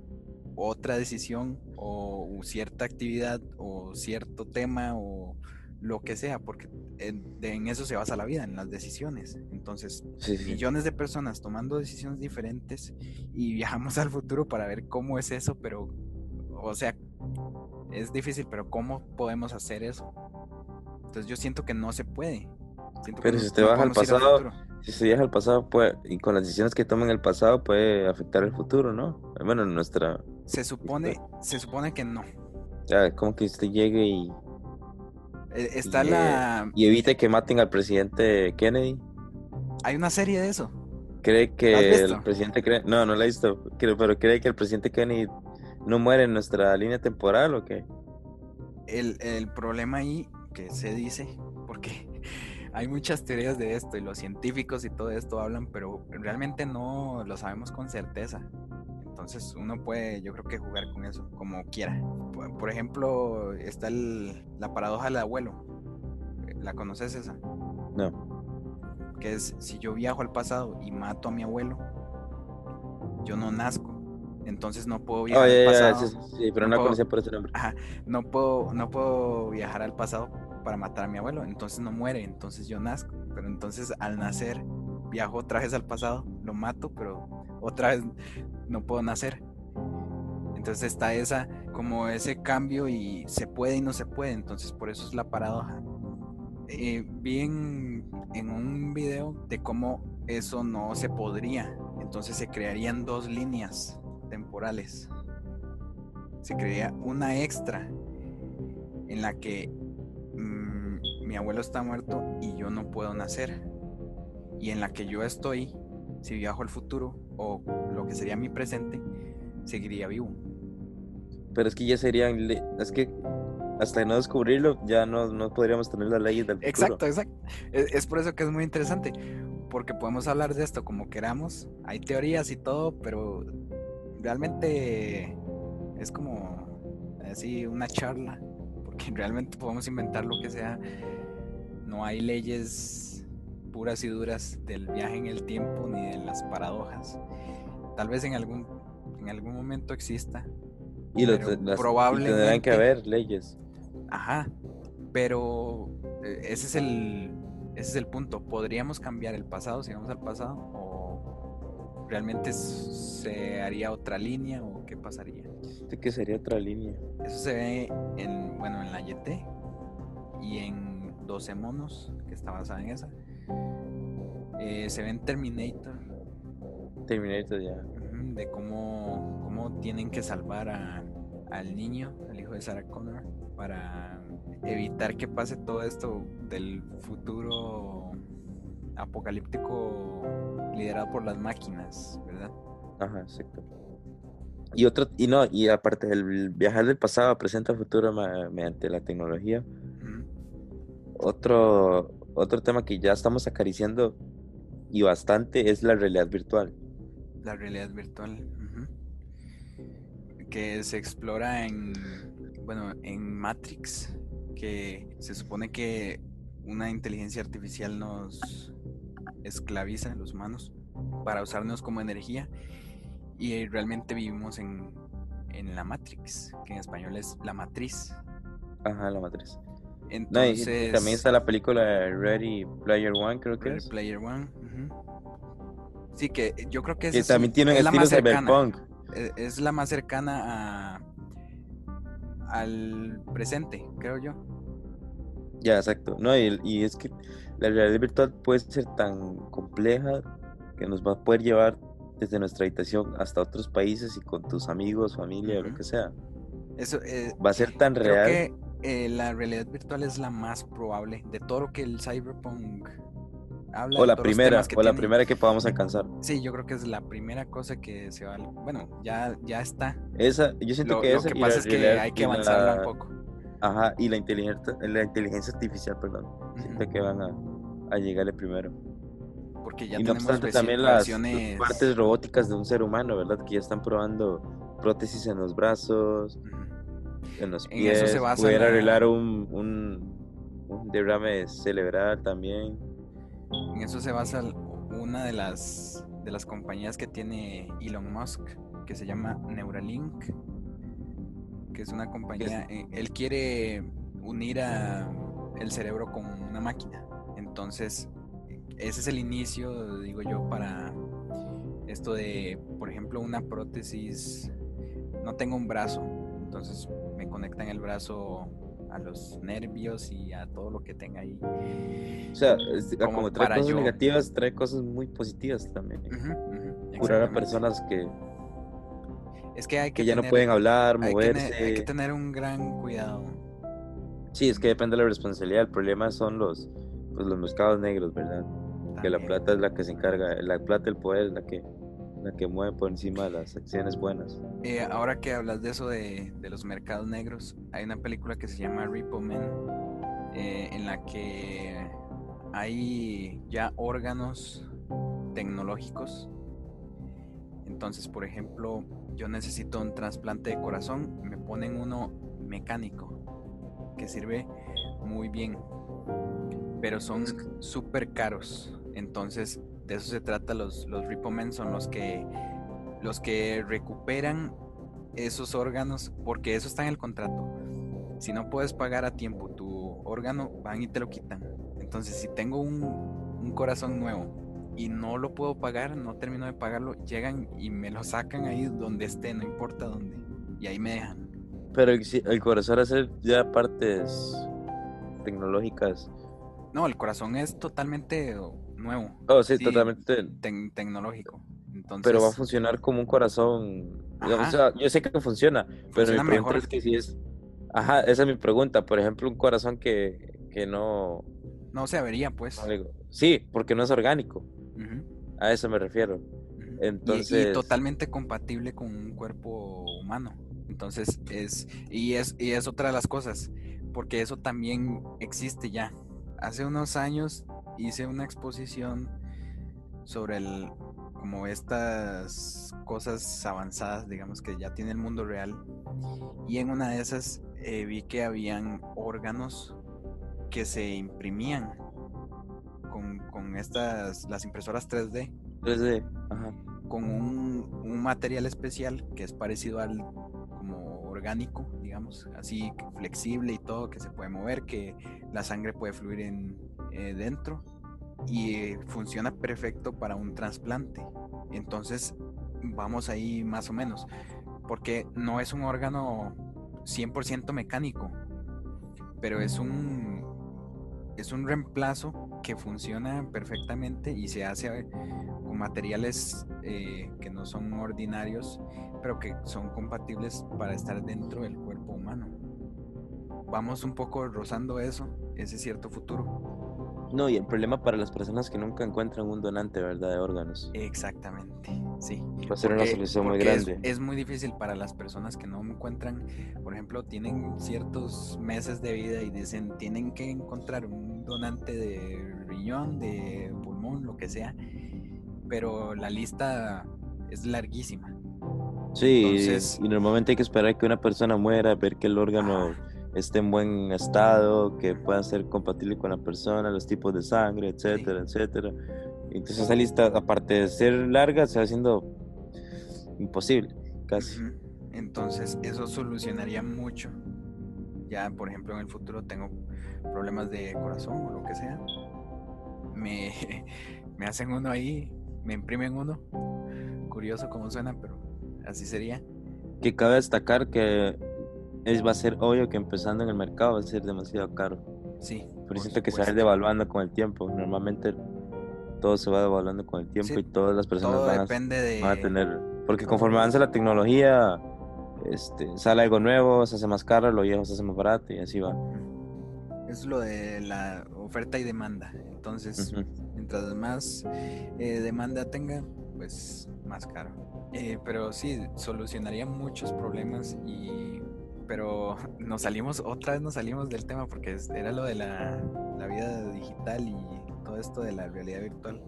otra decisión o cierta actividad o cierto tema o lo que sea, porque en, en eso se basa la vida, en las decisiones. Entonces, Sí, sí, sí. millones de personas tomando decisiones diferentes y viajamos al futuro para ver cómo es eso, pero, o sea, es difícil, pero ¿cómo podemos hacer eso? Entonces yo siento que no se puede. Siento que Pero no, si usted no baja al podemos ir al pasado, futuro. si usted viaja al pasado, puede, y con las decisiones que toma en el pasado puede afectar el futuro, ¿no? Bueno, en nuestra Se supone, historia. se supone que no. Ya, como que usted llegue y, Eh, Está y, eh, la... y evite que maten al presidente Kennedy. Hay una serie de eso. ¿Cree ¿La has que el visto? presidente cree? No, no la he visto, creo, pero ¿cree que el presidente Kennedy no muere en nuestra línea temporal o qué? El, el problema ahí que se dice, porque hay muchas teorías de esto y los científicos y todo esto hablan, pero realmente no lo sabemos con certeza. Entonces uno puede, yo creo que jugar con eso como quiera. Por, por ejemplo, está el- la paradoja del abuelo. ¿La conoces esa? No. Que es si yo viajo al pasado y mato a mi abuelo, yo no nazco. Entonces no puedo Oh, viajar al ya, ya, sí, pasado. sí, sí, pero No no la puedo, conocía por ese nombre. ajá, no puedo, no puedo viajar al pasado para matar a mi abuelo. Entonces no muere, entonces yo nazco. Pero entonces al nacer viajo otra vez al pasado, lo mato, pero otra vez no puedo nacer. Entonces está esa, como ese cambio y se puede y no se puede. Entonces por eso es la paradoja. Eh, vi en, en un video de cómo eso no se podría. Entonces se crearían dos líneas temporales. Se crearía una extra en la que mmm, mi abuelo está muerto y yo no puedo nacer. Y en la que yo estoy, si viajo al futuro o lo que sería mi presente, seguiría vivo. Pero es que ya serían, le- es que hasta no descubrirlo ya no, no podríamos tener las leyes del futuro. Exacto, exacto. Es, es por eso que es muy interesante, porque podemos hablar de esto como queramos, hay teorías y todo, pero realmente es como así una charla, porque realmente podemos inventar lo que sea, no hay leyes puras y duras del viaje en el tiempo ni de las paradojas. Tal vez en algún, en algún momento exista, Y, lo, pero te- las, y tendrán que probablemente, haber leyes. ajá, pero eh, ese es el ese es el punto. ¿Podríamos cambiar el pasado si vamos al pasado? ¿O realmente se haría otra línea? ¿O qué pasaría? ¿De qué sería otra línea? Eso se ve en, bueno, en la Y T y en doce monos, que está basada en esa. Eh, se ve en Terminator, Terminator ya. ujú, de cómo, cómo tienen que salvar a, al niño, al hijo de Sarah Connor, para evitar que pase todo esto del futuro apocalíptico liderado por las máquinas, ¿verdad? Ajá, exacto. Y otro, y no, y aparte del viajar del pasado a presente a futuro ma- mediante la tecnología, Ujú. otro, otro tema que ya estamos acariciando y bastante es la realidad virtual. La realidad virtual, ujú, que se explora en, bueno, en Matrix, que se supone que una inteligencia artificial nos esclaviza a los humanos para usarnos como energía y realmente vivimos en, en la Matrix, que en español es la matriz. Ajá, la matriz. No, y, y también Entonces, está la película Ready Player One, creo que Ready es. Player One, ujú. Sí, que yo creo que esa Que es, también tiene un es la estilo más cercana, cyberpunk. es, es la más cercana a, al presente, creo yo. Ya, exacto. No, y, y es que la realidad virtual puede ser tan compleja que nos va a poder llevar desde nuestra habitación hasta otros países y con tus amigos, familia o lo Ujú. que sea. Eso, eh, Va a ser tan creo real. que eh, la realidad virtual es la más probable de todo lo que el cyberpunk habla, O de la todos los temas primera, que o la tiene. primera que podamos alcanzar. Sí, yo creo que es la primera cosa que se va, bueno, ya, ya está. Esa, yo siento Lo, que lo esa que y la pasa es que realidad hay que y avanzarla un la, poco. ajá, y la inteligencia, la inteligencia artificial, perdón. Siento Ujú. que van a, a llegarle primero. Porque ya Y no tenemos obstante versi- también las, las versiones. partes robóticas de un ser humano, ¿verdad? Que ya están probando prótesis en los brazos, Ujú. en los En eso se pies, basa pudiera la, arreglar un, un, un derrame cerebral también. en eso se basa una de las de las compañías que tiene Elon Musk, que se llama Neuralink, que es una compañía, eh, él quiere unir a el cerebro con una máquina. Entonces, ese es el inicio, digo yo, para esto de, por ejemplo, una prótesis. No tengo un brazo, entonces me conectan el brazo a los nervios y a todo lo que tenga ahí. O sea, es- Como como trae para cosas yo. negativas, trae cosas muy positivas también. Ujú, ujú, Curar a exactamente. personas que, Es que hay que que ya no tener, pueden hablar, hay que, ne- hay que moverse. tener un gran cuidado. Sí, es que depende de la responsabilidad. El problema son los, pues, los mercados negros, ¿verdad? Que la También. plata es la que se encarga, la plata, el poder es la que, la que mueve por encima de las acciones buenas. Eh, ahora que hablas de eso de, de los mercados negros, hay una película que se llama Repo Man, eh, en la que hay ya órganos tecnológicos. Entonces, por ejemplo, yo necesito un trasplante de corazón, me ponen uno mecánico que sirve muy bien, pero son súper caros. Entonces, de eso se trata. Los, los Repo Men son los que, los que recuperan esos órganos, porque eso está en el contrato. Si no puedes pagar a tiempo tu órgano, van y te lo quitan. Entonces, si tengo un, un corazón nuevo y no lo puedo pagar, no termino de pagarlo, llegan y me lo sacan ahí donde esté, no importa dónde, y ahí me dejan. Pero el, si- el corazón hacer ya partes tecnológicas. No, el corazón es totalmente nuevo, Oh, sí, sí, totalmente. tec- tecnológico. Pero va a Entonces, funcionar como un corazón. O ajá, sea, yo sé que funciona, pero mi funciona pregunta mejor. es que si es. Ajá, esa es mi pregunta. Por ejemplo, un corazón que, que no. No se avería, no pues. digo- Sí, porque no es orgánico. Ujú, A eso me refiero. ujú. Y, y Entonces, totalmente compatible con un cuerpo humano. Entonces es y es y es otra de las cosas, porque eso también existe ya. Hace unos años hice una exposición sobre el como estas cosas avanzadas, digamos, que ya tiene el mundo real, y en una de esas eh, vi que habían órganos que se imprimían con, con estas las impresoras tres D, tres D. Ajá. con un, un material especial que es parecido al como orgánico, digamos, así flexible y todo, que se puede mover, que la sangre puede fluir en, eh, dentro, y eh, funciona perfecto para un trasplante. Entonces vamos ahí más o menos, porque no es un órgano cien por ciento mecánico, pero es un es un reemplazo que funciona perfectamente y se hace con materiales eh, que no son ordinarios, pero que son compatibles para estar dentro del cuerpo humano. Vamos un poco rozando eso, ese cierto futuro. No, y el problema para las personas que nunca encuentran un donante, ¿verdad? De órganos. Exactamente, sí. Va a ser una Porque, solución muy porque es, grande. es muy difícil para las personas que no encuentran, por ejemplo, tienen ciertos meses de vida y dicen, tienen que encontrar un donante de riñón, de pulmón, lo que sea, pero la lista es larguísima. Sí, Entonces, y, y normalmente hay que esperar que una persona muera, ver que el órgano ajá, esté en buen estado, que ujú, pueda ser compatible con la persona, los tipos de sangre, sí, etcétera, etcétera. Entonces esa lista, aparte de ser larga, se va haciendo imposible, casi. ujú. Entonces eso solucionaría mucho. Ya, por ejemplo, en el futuro tengo problemas de corazón o lo que sea, me, me hacen uno ahí, me imprimen uno. Curioso cómo suena, pero así sería. Que cabe destacar que es, va a ser obvio que empezando en el mercado va a ser demasiado caro. Sí, Pero por siento que se va a ir supuesto. devaluando con el tiempo. Normalmente todo se va devaluando con el Sí, tiempo y todas las personas todo van a, depende van a de... tener... Porque conforme avanza la tecnología, este, sale algo nuevo, se hace más caro, lo viejo se hace más barato y así va. Es lo de la oferta y demanda. Entonces, Ujú. mientras más eh, demanda tenga, pues más caro. Eh, pero sí, solucionaría muchos problemas y... Pero nos salimos, otra vez nos salimos del tema porque es- era lo de la, la vida digital y todo esto de la realidad virtual.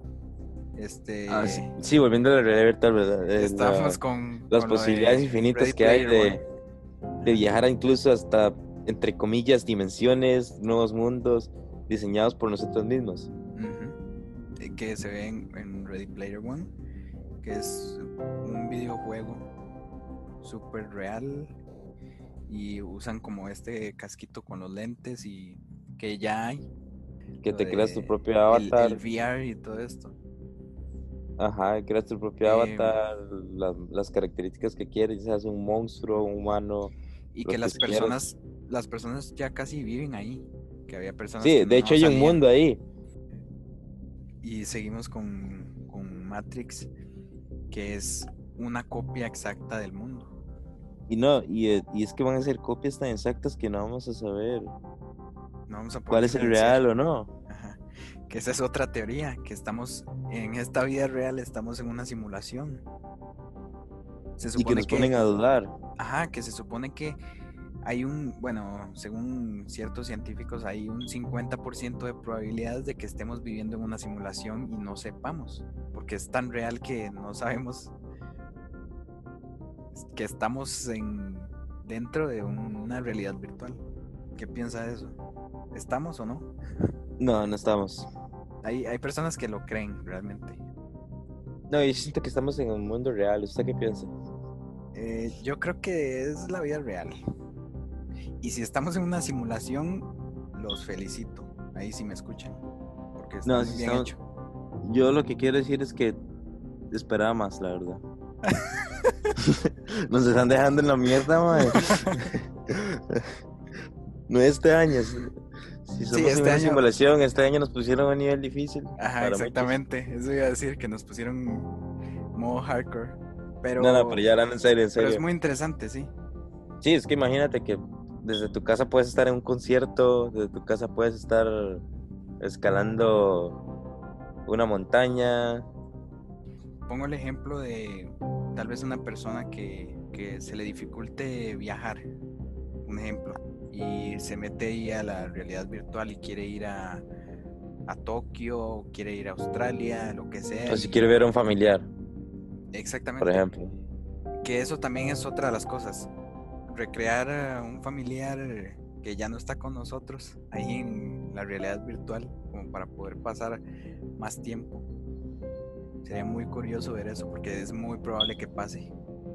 Ah, sí, Este, sí, volviendo a la realidad virtual, ¿verdad? Eh, estábamos la- con, las con lo posibilidades de Ready infinitas que hay Player One. de, de viajar a incluso hasta, entre comillas, dimensiones, nuevos mundos diseñados por nosotros mismos. Ujú. Eh, Que se ve en, en Ready Player One, que es un videojuego súper real y usan como este casquito con los lentes y que ya hay Que lo te creas tu de propio el, el avatar. V R y todo esto. Ajá, creas tu propio Eh, avatar, las, las características que quieres, seas un monstruo, un humano, y lo que que las quieras. personas, las personas ya casi viven ahí, que había personas que Sí, de hecho no hay un salían. mundo ahí. Y seguimos con, con Matrix, que es una copia exacta del mundo. Y no, y, eh, y es que van a ser copias tan exactas que no vamos a saber No vamos a poder cuál es el diferenciar. real o no. Ajá. Que esa es otra teoría, que estamos en esta vida real, estamos en una simulación. Se Y que supone nos que, ponen a dudar. ajá, que se supone que hay un, bueno, según ciertos científicos, hay un cincuenta por ciento de probabilidades de que estemos viviendo en una simulación y no sepamos, porque es tan real que no sabemos que estamos en, dentro de un- una realidad virtual. ¿Qué piensa de eso? ¿Estamos o no? No, no estamos. Hay, hay personas que lo creen realmente. No, yo siento que estamos en un mundo real. ¿Usted qué piensa? Eh, yo creo que es la vida real. Y si estamos en una simulación, los felicito. Ahí sí me escuchan. Porque está No, muy si bien estamos... hecho. Yo lo que quiero decir es que esperaba más, la verdad. Nos están dejando en la mierda, mae. No este año. Si si Sí, somos en este una año. simulación, este año nos pusieron a un nivel difícil Ajá, para muchos. exactamente. Eso iba a decir que nos pusieron modo hardcore. No, no, pero Pero, ya hablando en serio, en pero es serio. muy interesante, sí. Sí, es que imagínate que desde tu casa puedes estar en un concierto, desde tu casa puedes estar escalando una montaña. Pongo el ejemplo de tal vez una persona que, que se le dificulte viajar, un ejemplo, y se mete ahí a la realidad virtual y quiere ir a, a Tokio, quiere ir a Australia, lo que sea, O si quiere y ver a un familiar, por exactamente, ejemplo. que eso también es otra de las cosas, recrear a un familiar que ya no está con nosotros ahí en la realidad virtual, como para poder pasar más tiempo. Sería muy curioso ver eso porque es muy probable que pase.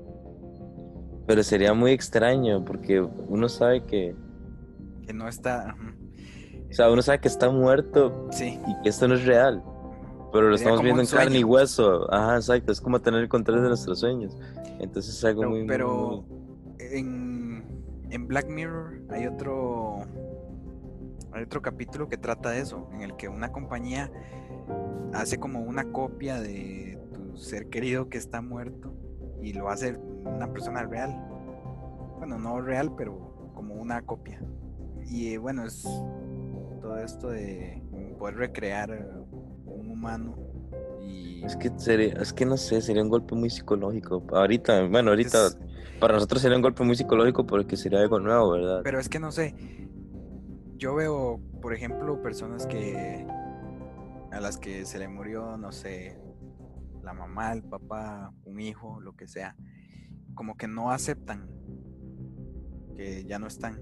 Pero sería muy extraño porque uno sabe que, Que no está. o sea, uno sabe que está muerto Sí, y que esto no es real, pero lo sería estamos como viendo un en carne y sueño. hueso. Ajá, exacto, es como tener el control de nuestros sueños. Entonces es algo Pero, muy, muy, pero muy... en, en Black Mirror hay otro, hay otro capítulo que trata de eso, en el que una compañía hace como una copia de tu ser querido que está muerto y lo hace una persona real. Bueno, no real, pero como una copia. Y eh, bueno, es todo esto de poder recrear un humano y Es que sería, es que no sé, sería un golpe muy psicológico. Ahorita, bueno, ahorita es, para nosotros sería un golpe muy psicológico porque sería algo nuevo, ¿verdad? pero es que no sé, yo veo, por ejemplo, personas que a las que se le murió, no sé, la mamá, el papá, un hijo, lo que sea, como que no aceptan que ya no están.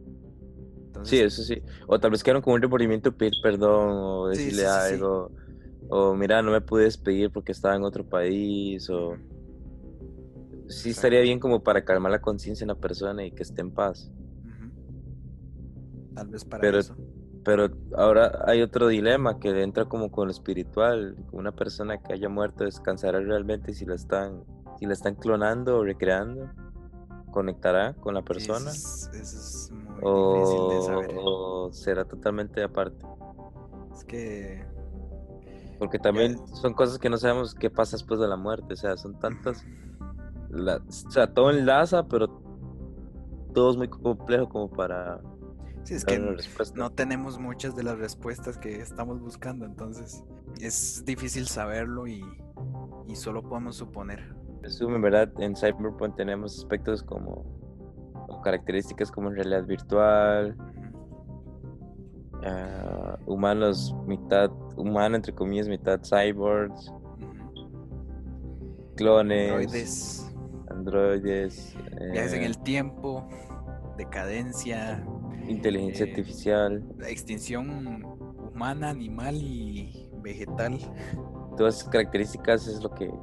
Sí, Entonces, eso sí. O tal vez quedaron con un remordimiento, pedir perdón o sí, decirle sí, sí, sí. algo. O mira, no me pude despedir porque estaba en otro país. O Ujú, sí estaría exacto. bien como para calmar la conciencia de la persona y que esté en paz. Ujú, tal vez para Pero, eso. pero ahora hay otro dilema que entra como con lo espiritual. Una persona que haya muerto descansará realmente si la están, si la están clonando o recreando. ¿Conectará con la Sí, eso persona? es, eso es muy difícil de saber. ¿O, o será totalmente aparte? Es que Porque ya, también son cosas que no sabemos qué pasa después de la muerte. O sea, son ujú. tantas. La- o sea, todo enlaza, pero todo es muy complejo como para Sí, es que dar una n- respuesta. no tenemos muchas de las respuestas que estamos buscando, entonces es difícil saberlo y, y solo podemos suponer. En resumen, ¿verdad? En Cyberpunk tenemos aspectos como, o características como en realidad virtual, Ujú, ah, humanos, mitad humano, entre comillas, mitad cyborgs, ujú. clones, Androides, androides, viajes en eh, el tiempo, decadencia, inteligencia eh, artificial. la extinción humana, animal y vegetal. Todas esas características es lo que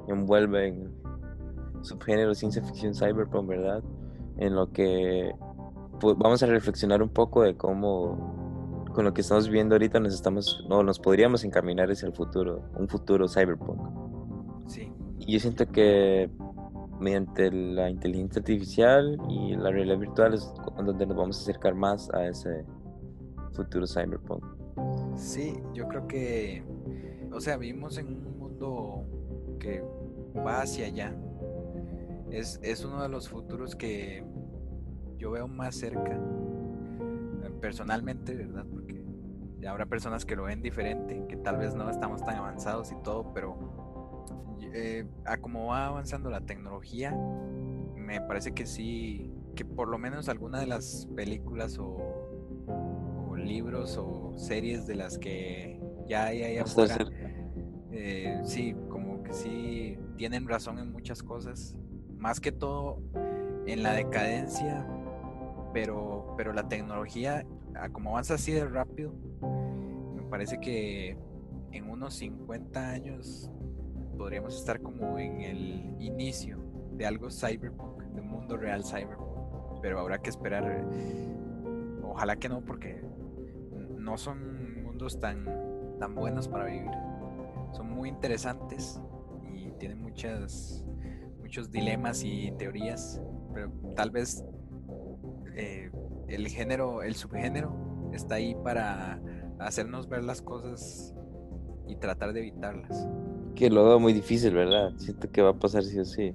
envuelve en el subgénero ciencia ficción cyberpunk, ¿verdad? En lo que pues, vamos a reflexionar un poco de cómo con lo que estamos viviendo ahorita nos estamos, no, nos podríamos encaminar hacia el futuro, un futuro cyberpunk. Sí. Y yo siento que mediante la inteligencia artificial y la realidad virtual es donde nos vamos a acercar más a ese futuro cyberpunk. Sí, yo creo que, o sea, vivimos en un mundo que va hacia allá. Es, es uno de los futuros que yo veo más cerca, eh, personalmente, ¿verdad? Porque ya habrá personas que lo ven diferente, que tal vez no estamos tan avanzados y todo, pero eh, a como va avanzando la tecnología, me parece que sí, que por lo menos alguna de las películas o, o libros o series de las que ya hay ahí Vamos a afuera, estar cerca. eh, sí, como que sí tienen razón en muchas cosas, más que todo en la decadencia, pero, pero la tecnología, a como avanza así de rápido, me parece que en unos cincuenta años podríamos estar como en el inicio de algo cyberpunk, de un mundo real cyberpunk, pero habrá que esperar, ojalá que no, porque no son mundos tan, tan buenos para vivir, son muy interesantes y tienen muchas, muchos dilemas y teorías, pero tal vez eh, el género, el subgénero está ahí para hacernos ver las cosas y tratar de evitarlas. Que lo veo muy difícil, ¿verdad? Siento que va a pasar sí o sí.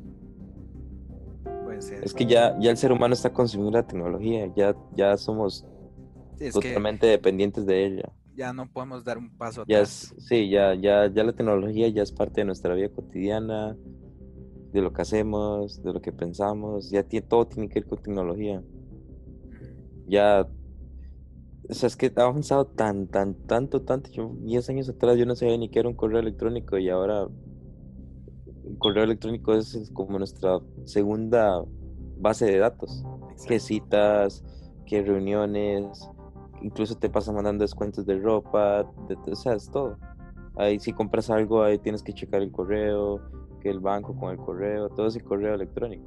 Puede ser. Es que ya, ya el ser humano está consumiendo la tecnología, ya, ya somos Sí, es que totalmente dependientes de ella. ya no podemos dar un paso Ya atrás. es, sí, ya, ya, ya la tecnología ya es parte de nuestra vida cotidiana, de lo que hacemos, de lo que pensamos, ya tie- todo tiene que ver con tecnología. Ya, o sea, es que ha avanzado tan, tan, tanto, tanto. Yo, diez años atrás yo no sabía ni qué era un correo electrónico y ahora un correo electrónico es, es como nuestra segunda base de datos. Qué Exacto. citas, qué reuniones, incluso te pasan mandando descuentos de ropa, de, o sea, es todo. Ahí si compras algo, ahí tienes que checar el correo, que el banco con el correo, todo ese correo electrónico.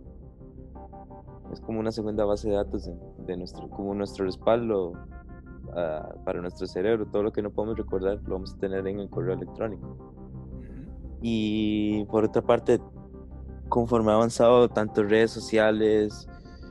Es como una segunda base de datos de, de nuestro, como nuestro respaldo uh, para nuestro cerebro. Todo lo que no podemos recordar lo vamos a tener en el correo electrónico. Uh-huh. Y por otra parte, conforme ha avanzado tanto redes sociales,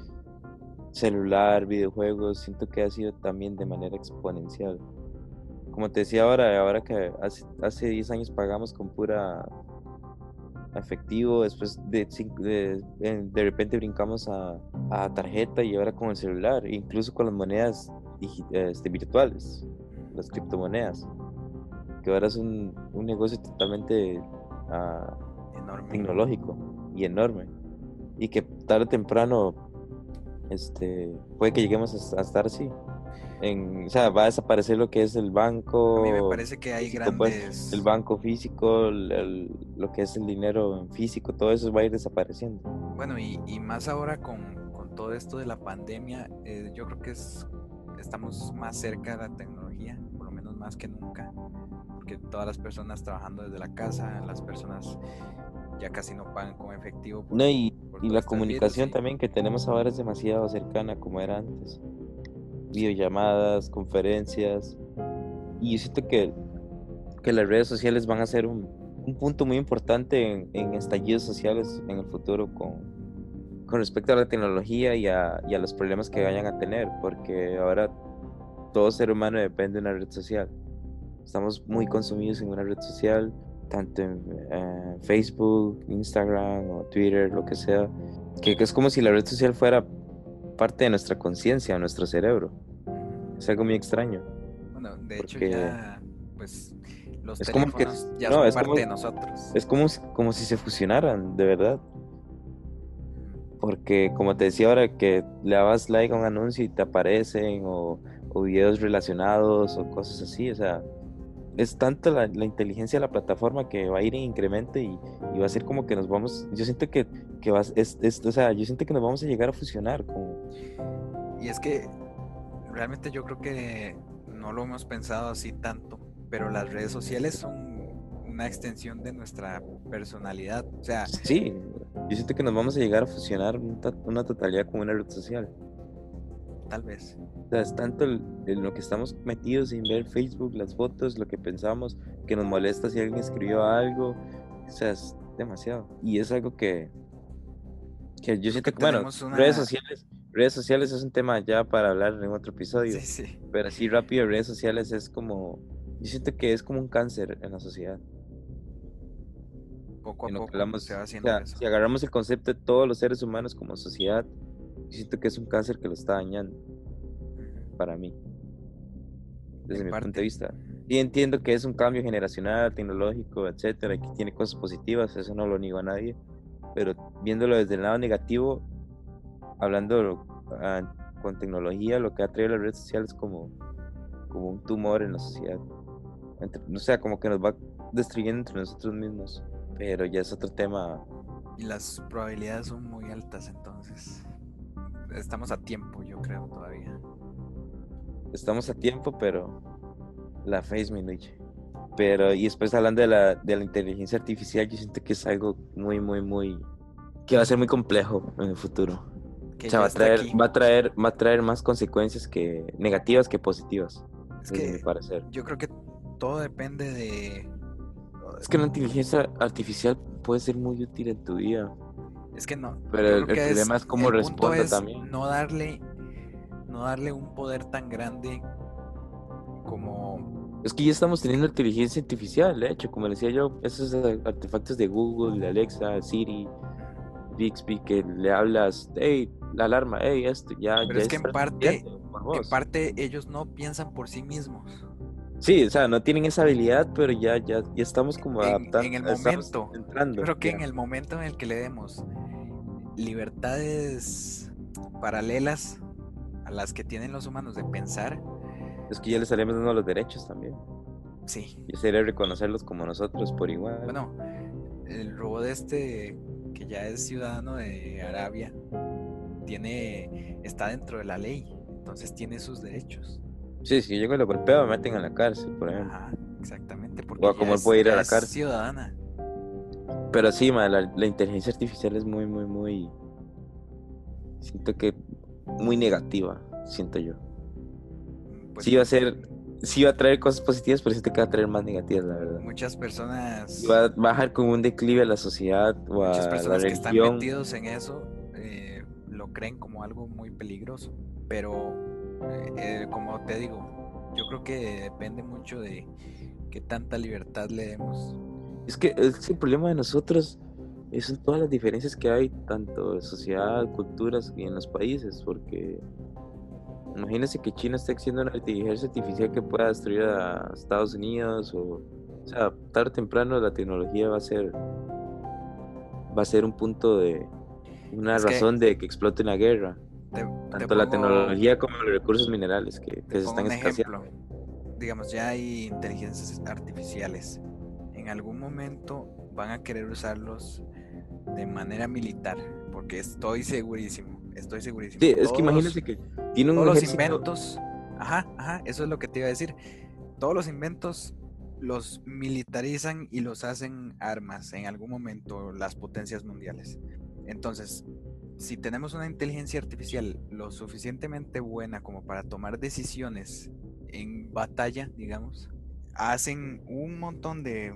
celular, videojuegos, siento que ha sido también de manera exponencial. Como te decía ahora, ahora que hace, hace diez años pagamos con pura efectivo, después de, de, de repente brincamos a, a tarjeta y ahora con el celular, incluso con las monedas este, virtuales, las criptomonedas, que ahora es un, un negocio totalmente uh, enorme. tecnológico y enorme, y que tarde o temprano este, puede que lleguemos a, a estar así. En, o sea, va a desaparecer lo que es el banco. A mí me parece que hay físico, pues, el grandes... banco físico, el, el, lo que es el dinero en físico, todo eso va a ir desapareciendo. Bueno, y, y más ahora con, con todo esto de la pandemia, eh, yo creo que es, estamos más cerca de la tecnología, por lo menos más que nunca, porque todas las personas trabajando desde la casa, las personas ya casi no pagan con efectivo por, No, y, por y todo la este virus. comunicación Y, también que tenemos ahora es demasiado cercana como era antes. Videollamadas, conferencias. Y yo siento que, que las redes sociales van a ser un, un punto muy importante en, en estallidos sociales en el futuro con, con respecto a la tecnología y a, y a los problemas que vayan a tener, porque ahora todo ser humano depende de una red social. Estamos muy consumidos en una red social, tanto en eh, Facebook, Instagram o Twitter, lo que sea, que, que es como si la red social fuera parte de nuestra conciencia, nuestro cerebro. Es algo muy extraño, bueno, de hecho porque ya, pues, los es como que, teléfonos ya no, son es parte como, de nosotros. es como, como si se fusionaran, de verdad. Porque como te decía ahora, que le dabas like a un anuncio y te aparecen, o, o videos relacionados o cosas así, o sea, es tanta la, la inteligencia de la plataforma que va a ir en incremento y, y va a ser como que nos vamos, yo siento que, que va, es, es, o sea, yo siento que nos vamos a llegar a fusionar con... Y es que realmente yo creo que no lo hemos pensado así tanto, pero las redes sociales son una extensión de nuestra personalidad. O sea, Sí, yo siento que nos vamos a llegar a fusionar un ta- una totalidad con una red social. tal vez. O sea, es tanto el- en lo que estamos metidos en ver Facebook, las fotos, lo que pensamos, que nos molesta si alguien escribió algo. O sea, es demasiado. Y es algo que, que yo Creo que siento que, bueno, tenemos redes una... sociales, redes sociales es un tema ya para hablar en otro Sí, episodio. sí, Pero así rápido, redes sociales es como, yo siento que es como un cáncer en la sociedad. poco a En lo que poco hablamos, se va o haciendo sea, eso. si agarramos el concepto de todos los seres humanos como sociedad, yo siento que es un cáncer que lo está dañando Ujú. para mí, desde En mi punto de parte. vista. Y entiendo que es un cambio generacional, tecnológico, etcétera, y que tiene cosas positivas, eso no lo niego a nadie, pero viéndolo desde el lado negativo, hablando ah, con tecnología, lo que ha traído las redes sociales como, como un tumor en la sociedad. Entre- o sea, como que nos va destruyendo entre nosotros mismos, pero ya es otro tema. Y las probabilidades son muy altas, entonces estamos a tiempo, yo creo, todavía. Estamos a tiempo, pero la fe disminuye. Pero, y después hablando de la, de la inteligencia artificial, yo siento que es algo muy, muy, muy, que va a ser muy complejo en el futuro. O Que sea, ya va a está traer, aquí. va a traer, va a traer más consecuencias que negativas que positivas, Es desde mi que parecer. yo creo que todo depende de... Es que la inteligencia artificial puede ser muy útil en tu vida, Es que no, pero yo el, creo el que es... problema es cómo El punto responda es también. no darle, no darle un poder tan grande como... Es que ya estamos teniendo inteligencia artificial, de hecho, como decía yo, esos eh, artefactos de Google, de Alexa, Siri, Bixby, que le hablas, hey, la alarma, hey, esto, ya, Pero ya es que en está parte, respondiendo por en vos. parte ellos no piensan por sí mismos. Sí, o sea, no tienen esa habilidad, pero ya, ya, ya estamos como En, en adaptando, el estamos momento, yo entrando, creo que ya. en el momento en el que le demos libertades paralelas a las que tienen los humanos de pensar, Es que ya les estaríamos dando los derechos también. sí. Y sería reconocerlos como nosotros por igual. Bueno, el robot este que ya es ciudadano de Arabia tiene, está dentro de la ley, entonces tiene sus derechos. Sí, si yo lo golpeo, me meten en la cárcel, por ejemplo. Ajá, exactamente, O porque a ya cómo él es, puede ir a ya la es cárcel. ciudadana. Pero sí, ma, la, la inteligencia artificial es muy, muy, muy. Siento que muy negativa, siento yo. Pues Sí va a ser, sí va a traer cosas positivas, pero siento que va a traer más negativas, la verdad. muchas Y personas, va a bajar como un declive a la sociedad o muchas a la personas que están religión. metidos en eso eh, lo creen como algo muy peligroso, pero eh, eh, como te digo, yo creo que depende mucho de qué tanta libertad le demos. Es que es el problema de nosotros, es en todas las diferencias que hay, tanto de sociedad, culturas y en los países, porque imagínense que China esté haciendo una inteligencia artificial que pueda destruir a Estados Unidos, o, o sea, tarde o temprano la tecnología va a ser, va a ser un punto de, una Es que razón de que explote una guerra, te, te tanto la pongo, tecnología como los recursos minerales que, te que se pongo están un ejemplo. escaseando. Digamos, ya hay inteligencias artificiales. En algún momento van a querer usarlos de manera militar, porque estoy segurísimo, estoy segurísimo. Sí, es que Todos los, imagínense que tiene todos un los ejército. inventos, ajá, ajá, eso es lo que te iba a decir. Todos los inventos los militarizan y los hacen armas en algún momento las potencias mundiales. Entonces, si tenemos una inteligencia artificial lo suficientemente buena como para tomar decisiones en batalla, digamos, hacen un montón de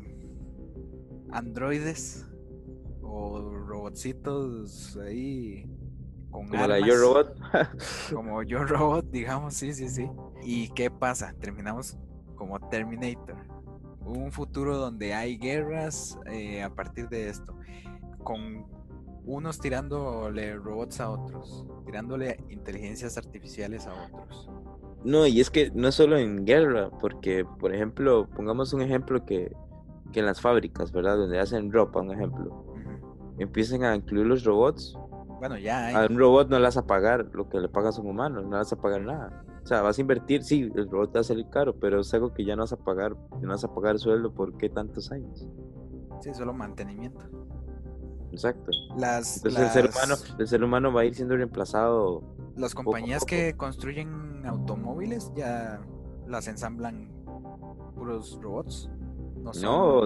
androides o robotcitos ahí con Como la de Yo armas, Robot. como Yo Robot, digamos, sí, sí, sí. ¿Y qué pasa? Terminamos como Terminator. Un futuro donde hay guerras eh, a partir de esto, con unos tirándole robots a otros, tirándole inteligencias artificiales a otros. No, y es que no solo en guerra, porque, por ejemplo, pongamos un ejemplo que, que en las fábricas, ¿verdad? Donde hacen ropa, un ejemplo, Ujú. empiecen a incluir los robots. Bueno, ya A hay. un robot no le vas a pagar lo que le pagas a un humano, no le vas a pagar nada. O sea, vas a invertir, sí, el robot te va a salir caro, pero es algo que ya no vas a pagar, no vas a pagar sueldo por qué tantos años. Sí, solo mantenimiento. Exacto. Las, Entonces el ser humano, las, el ser humano va a ir siendo reemplazado las poco a compañías poco. que construyen automóviles ya las ensamblan puros robots. No No, son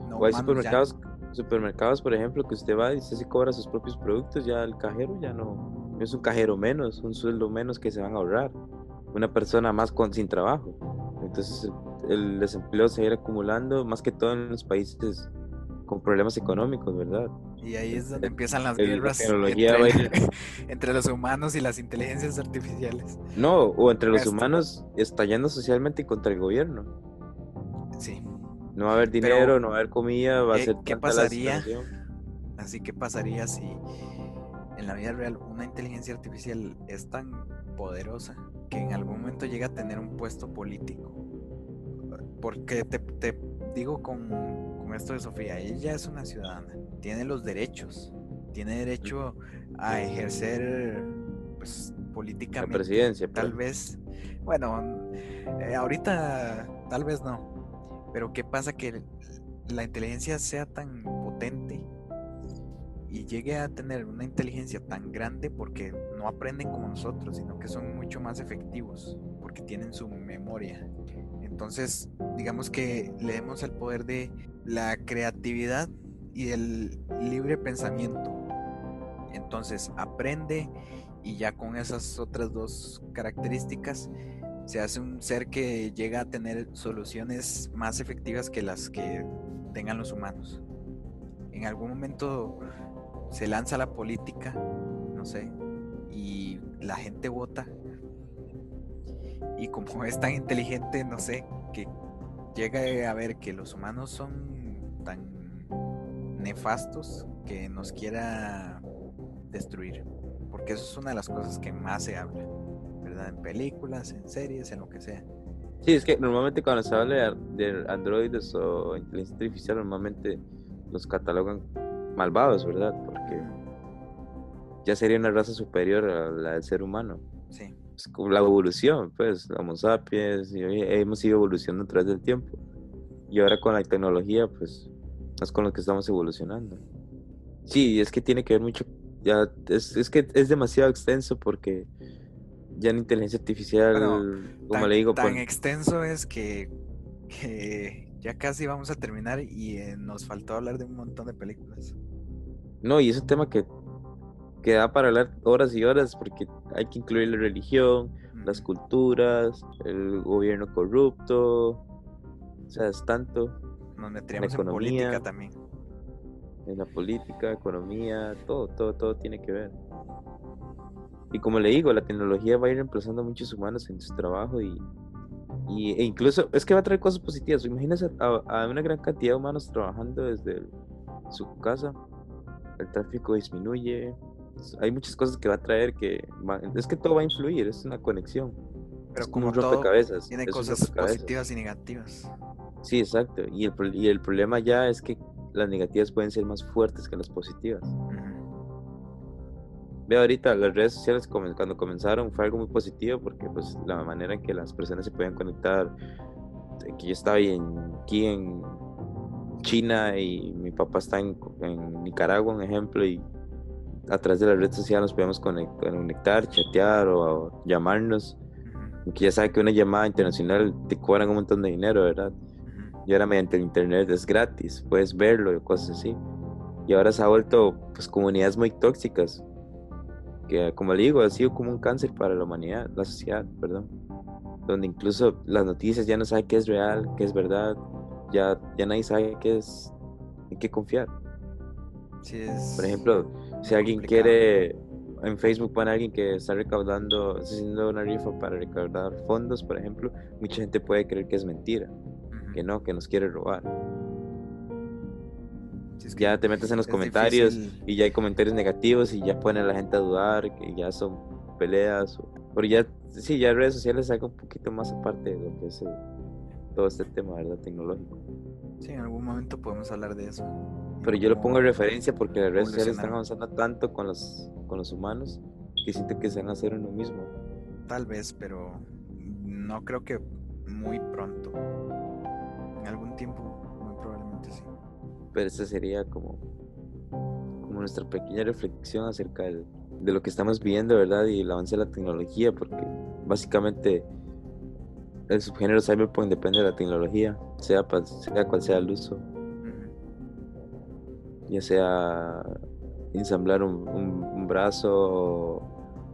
no O hay humanos ya. supermercados, supermercados, por ejemplo, que usted va y usted se cobra sus propios productos, ya el cajero ya no, no es un cajero menos, un sueldo menos que se van a ahorrar, una persona más con, sin trabajo. Entonces el, el desempleo se va a ir acumulando, más que todo en los países con problemas económicos, ¿verdad? Y ahí El- es donde el- empiezan las el- la guerras tecnología entre, va el- a ir, entre los humanos y las inteligencias artificiales. no, o entre Con los esto, humanos estallando socialmente contra el gobierno. sí. No va a haber Pero, dinero, no va a haber comida, va a ¿qué, ser qué tanta la pasaría? desesperación. Así que pasaría si en la vida real una inteligencia artificial es tan poderosa que en algún momento llega a tener un puesto político. Porque te, te digo con, con esto de Sofía, ella es una ciudadana, tiene los derechos, tiene derecho a ejercer pues La políticamente, presidencia, tal pues. vez, bueno, eh, ahorita tal vez no, pero ¿qué pasa? Que la inteligencia sea tan potente y llegue a tener una inteligencia tan grande porque no aprenden como nosotros, sino que son mucho más efectivos, porque tienen su memoria. Entonces, digamos que le demos el poder de la creatividad y del libre pensamiento. Entonces, aprende y ya con esas otras dos características se hace un ser que llega a tener soluciones más efectivas que las que tengan los humanos. En algún momento se lanza la política, no sé, y la gente vota, y como es tan inteligente, no sé, que llega a ver que los humanos son tan nefastos que nos quiera destruir, porque eso es una de las cosas que más se habla, ¿verdad? En películas, en series, en lo que sea. Sí, es que normalmente cuando se habla de, de androides o inteligencia artificial, normalmente los catalogan malvados, ¿verdad? Porque ya sería una raza superior a la del ser humano. Sí. Es como la evolución, pues, Homo sapiens, y hoy hemos ido evolucionando a través del tiempo. Y ahora con la tecnología, pues, es con lo que estamos evolucionando. Sí, es que tiene que ver mucho, ya, es, es que es demasiado extenso porque ya en inteligencia Bueno, artificial, como tan, le digo, tan pon- extenso es que, que ya casi vamos a terminar y eh, nos faltó hablar de un montón de películas. no, y es un tema que, que da para hablar horas y horas porque hay que incluir la religión, las Ujú. culturas, el gobierno corrupto, o sea, es tanto, Nos la meteríamos en política economía, también. en la política, economía, todo, todo, todo tiene que ver. Y como le digo, la tecnología va a ir reemplazando a muchos humanos en su trabajo y, y e incluso es que va a traer cosas positivas. Imagínese a, a una gran cantidad de humanos trabajando desde el- su casa, el tráfico disminuye, hay muchas cosas que va a traer que va- es que todo va a influir, es una conexión, es Pero como como un todo, rompecabezas, tiene es un cosas rompecabezas. positivas y negativas. Sí, exacto. Y el, pro- y el problema ya es que las negativas pueden ser más fuertes que las positivas. Ujú. Ve ahorita las redes sociales come- cuando comenzaron fue algo muy positivo porque pues la manera en que las personas se podían conectar, eh, que yo estaba ahí en, aquí en China y mi papá está en, en Nicaragua, un ejemplo, y a través de la red social nos podíamos conect- conectar, chatear o, o llamarnos, Ujú. que ya sabe que una llamada internacional te cobran un montón de dinero, ¿verdad? Ujú. Y ahora mediante el internet es gratis, puedes verlo y cosas así. Y ahora se ha vuelto pues comunidades muy tóxicas, que como le digo, ha sido como un cáncer para la humanidad, la sociedad, perdón, donde incluso las noticias ya no sabe qué es real, qué es verdad, ya, ya nadie sabe qué es, en qué confiar. Sí, Por es ejemplo, si muy alguien complicado. quiere, en Facebook pone a alguien que está recaudando, está haciendo una rifa para recaudar fondos, por ejemplo, mucha gente puede creer que es mentira, que Ujú. no, que nos quiere robar. Sí, es que Ya te metes en los es comentarios difícil. y ya hay comentarios negativos y ya pone a la gente a dudar, que ya son peleas. o- Pero ya, sí, ya redes sociales saca un poquito más aparte de lo que es eh, todo este tema, ¿verdad? Tecnológico. Sí, en algún momento podemos hablar de eso y Pero yo lo pongo cómo en referencia porque las redes sociales están evolucionaron. avanzando tanto con los, con los humanos que siento que se van a hacer uno mismo. Tal vez, pero no creo que muy pronto. En algún tiempo, muy probablemente sí. Pero esa sería como, como nuestra pequeña reflexión acerca del- de lo que estamos viendo, ¿verdad? Y el avance de la tecnología, porque básicamente el subgénero cyberpunk depende de la tecnología, sea, pa- sea cual sea el uso. Ujú. ya sea ensamblar un, un- un brazo o,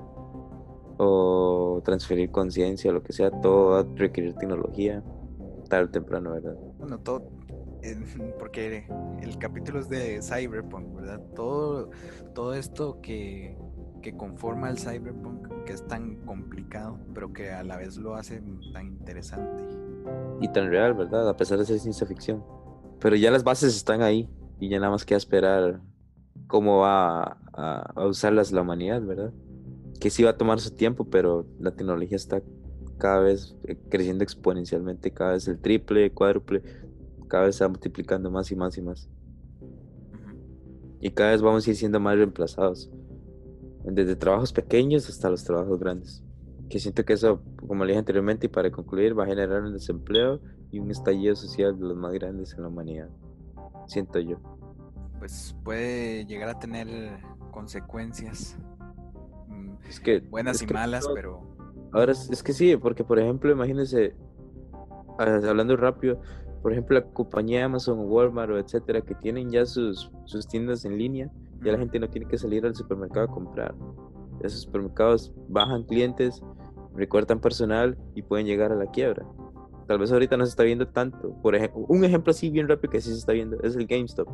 o transferir conciencia, lo que sea, todo va a requerir tecnología, tarde o temprano, ¿verdad? Bueno, todo, en- porque el capítulo es de Cyberpunk, ¿verdad? Todo, todo esto que, que conforma el Cyberpunk, que es tan complicado, pero que a la vez lo hace tan interesante. Y tan real, ¿verdad? A pesar de ser ciencia ficción. Pero ya las bases están ahí y ya nada más queda esperar cómo va a, a usarlas la humanidad, ¿verdad? Que sí va a tomar su tiempo, pero la tecnología está cada vez eh, creciendo exponencialmente, cada vez el triple, cuádruple, cada vez se va multiplicando más y más y más. Ujú. Y cada vez vamos a ir siendo más reemplazados, desde trabajos pequeños hasta los trabajos grandes. Que siento que eso, como le dije anteriormente, y para concluir, va a generar un desempleo y un estallido social de los más grandes en la humanidad. Siento yo. Pues puede llegar a tener consecuencias mm, Es que, buenas es y que malas, no, pero ahora es, es que sí, porque por ejemplo, imagínense, ah, hablando rápido, por ejemplo, la compañía Amazon o Walmart o etcétera, que tienen ya sus, sus tiendas en línea, ya la mm, gente no tiene que salir al supermercado a comprar. Esos supermercados bajan clientes, recortan personal y pueden llegar a la quiebra. Tal vez ahorita no se está viendo tanto. Por ejemplo, un ejemplo así bien rápido que sí se está viendo es el GameStop,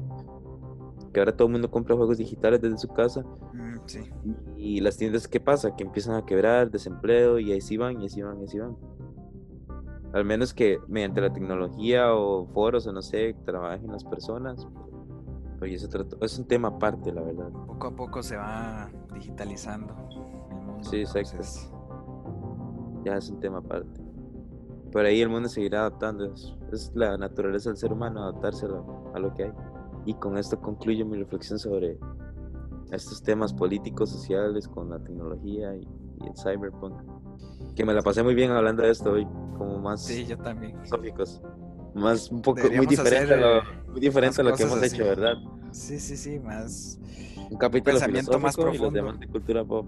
que ahora todo el mundo compra juegos digitales desde su casa mm, sí. y, y las tiendas, ¿qué pasa? Que empiezan a quebrar, desempleo y así van y así van y así van. Al menos que mediante la tecnología o foros o no sé, trabajen las personas. Pero eso trato- es un tema aparte, la verdad. Poco a poco se va digitalizando el mundo, Sí, exacto. entonces, Ya es un tema aparte. Por ahí el mundo seguirá adaptando. Es, es la naturaleza del ser humano adaptarse a lo, a lo que hay. Y con esto concluyo mi reflexión sobre estos temas políticos, sociales, con la tecnología y, y el cyberpunk. Que me la pasé muy bien hablando de esto hoy, como sí, más yo también. filosóficos. Más un poco, muy Deberíamos hacer diferente a lo, eh, muy más diferente a lo que cosas hemos así. hecho, ¿verdad? Sí, sí, sí, más Un un capítulo pensamiento más filosófico y los profundo. demás de cultura pop.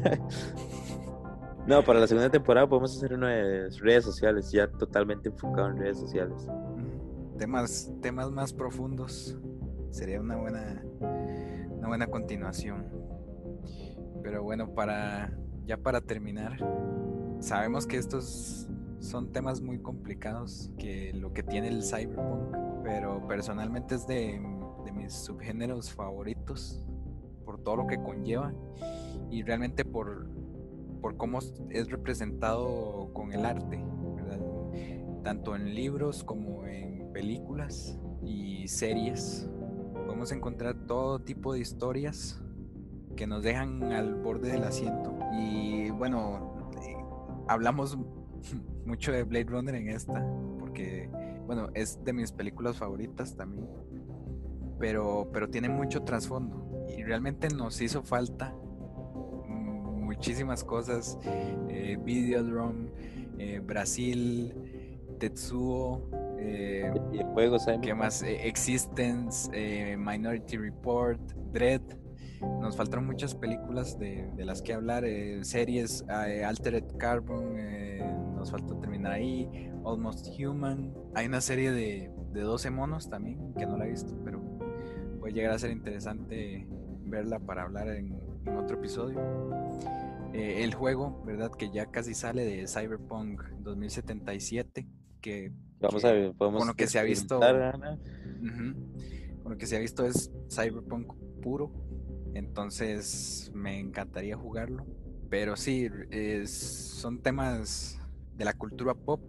No, para la segunda temporada podemos hacer una de redes sociales, ya totalmente enfocado en redes sociales. Ujú. Temas, temas más profundos. Sería una buena, una buena continuación. Pero bueno, para ya para terminar, sabemos que estos son temas muy complicados, que lo que tiene el cyberpunk, pero personalmente es de, de mis subgéneros favoritos por todo lo que conlleva y realmente por, por cómo es representado con el arte, ¿verdad? Tanto en libros como en películas y series. Podemos encontrar todo tipo de historias que nos dejan al borde del asiento. Y bueno, eh, hablamos mucho de Blade Runner en esta, porque bueno, es de mis películas favoritas también, pero, pero tiene mucho trasfondo y realmente nos hizo falta mm, muchísimas cosas, eh, Videodrome, eh, Brasil, Tetsuo, eh, El videojuego ¿qué Cyberpunk. más? Eh, Existence, eh, Minority Report, Dread. Nos faltaron muchas películas de, de las que hablar, eh, series, eh, Altered Carbon, eh, nos faltó terminar ahí, Almost Human. Hay una serie de, de doce monos también, que no la he visto, pero puede llegar a ser interesante verla para hablar en, en otro episodio. Eh, el juego, ¿verdad? Que ya casi sale de Cyberpunk dos mil setenta y siete, que, Vamos a que ver, con podemos lo que se ha experimentar, visto, Ana. ujú, con lo que se ha visto es Cyberpunk puro, entonces me encantaría jugarlo. Pero sí, es- son temas de la cultura pop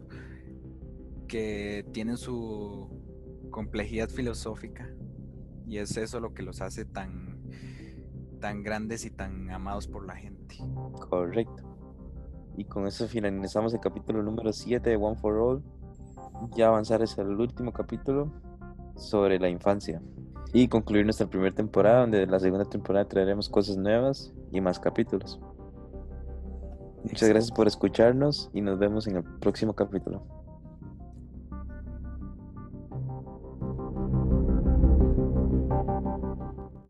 que tienen su complejidad filosófica y es eso lo que los hace tan, tan grandes y tan amados por la gente. Correcto. Y con eso finalizamos el capítulo número siete de One for All. Ya avanzar hacia el último capítulo sobre la infancia. Y concluir nuestra primera temporada, donde en la segunda temporada traeremos cosas nuevas y más capítulos. Muchas gracias Exacto. por escucharnos y nos vemos en el próximo capítulo.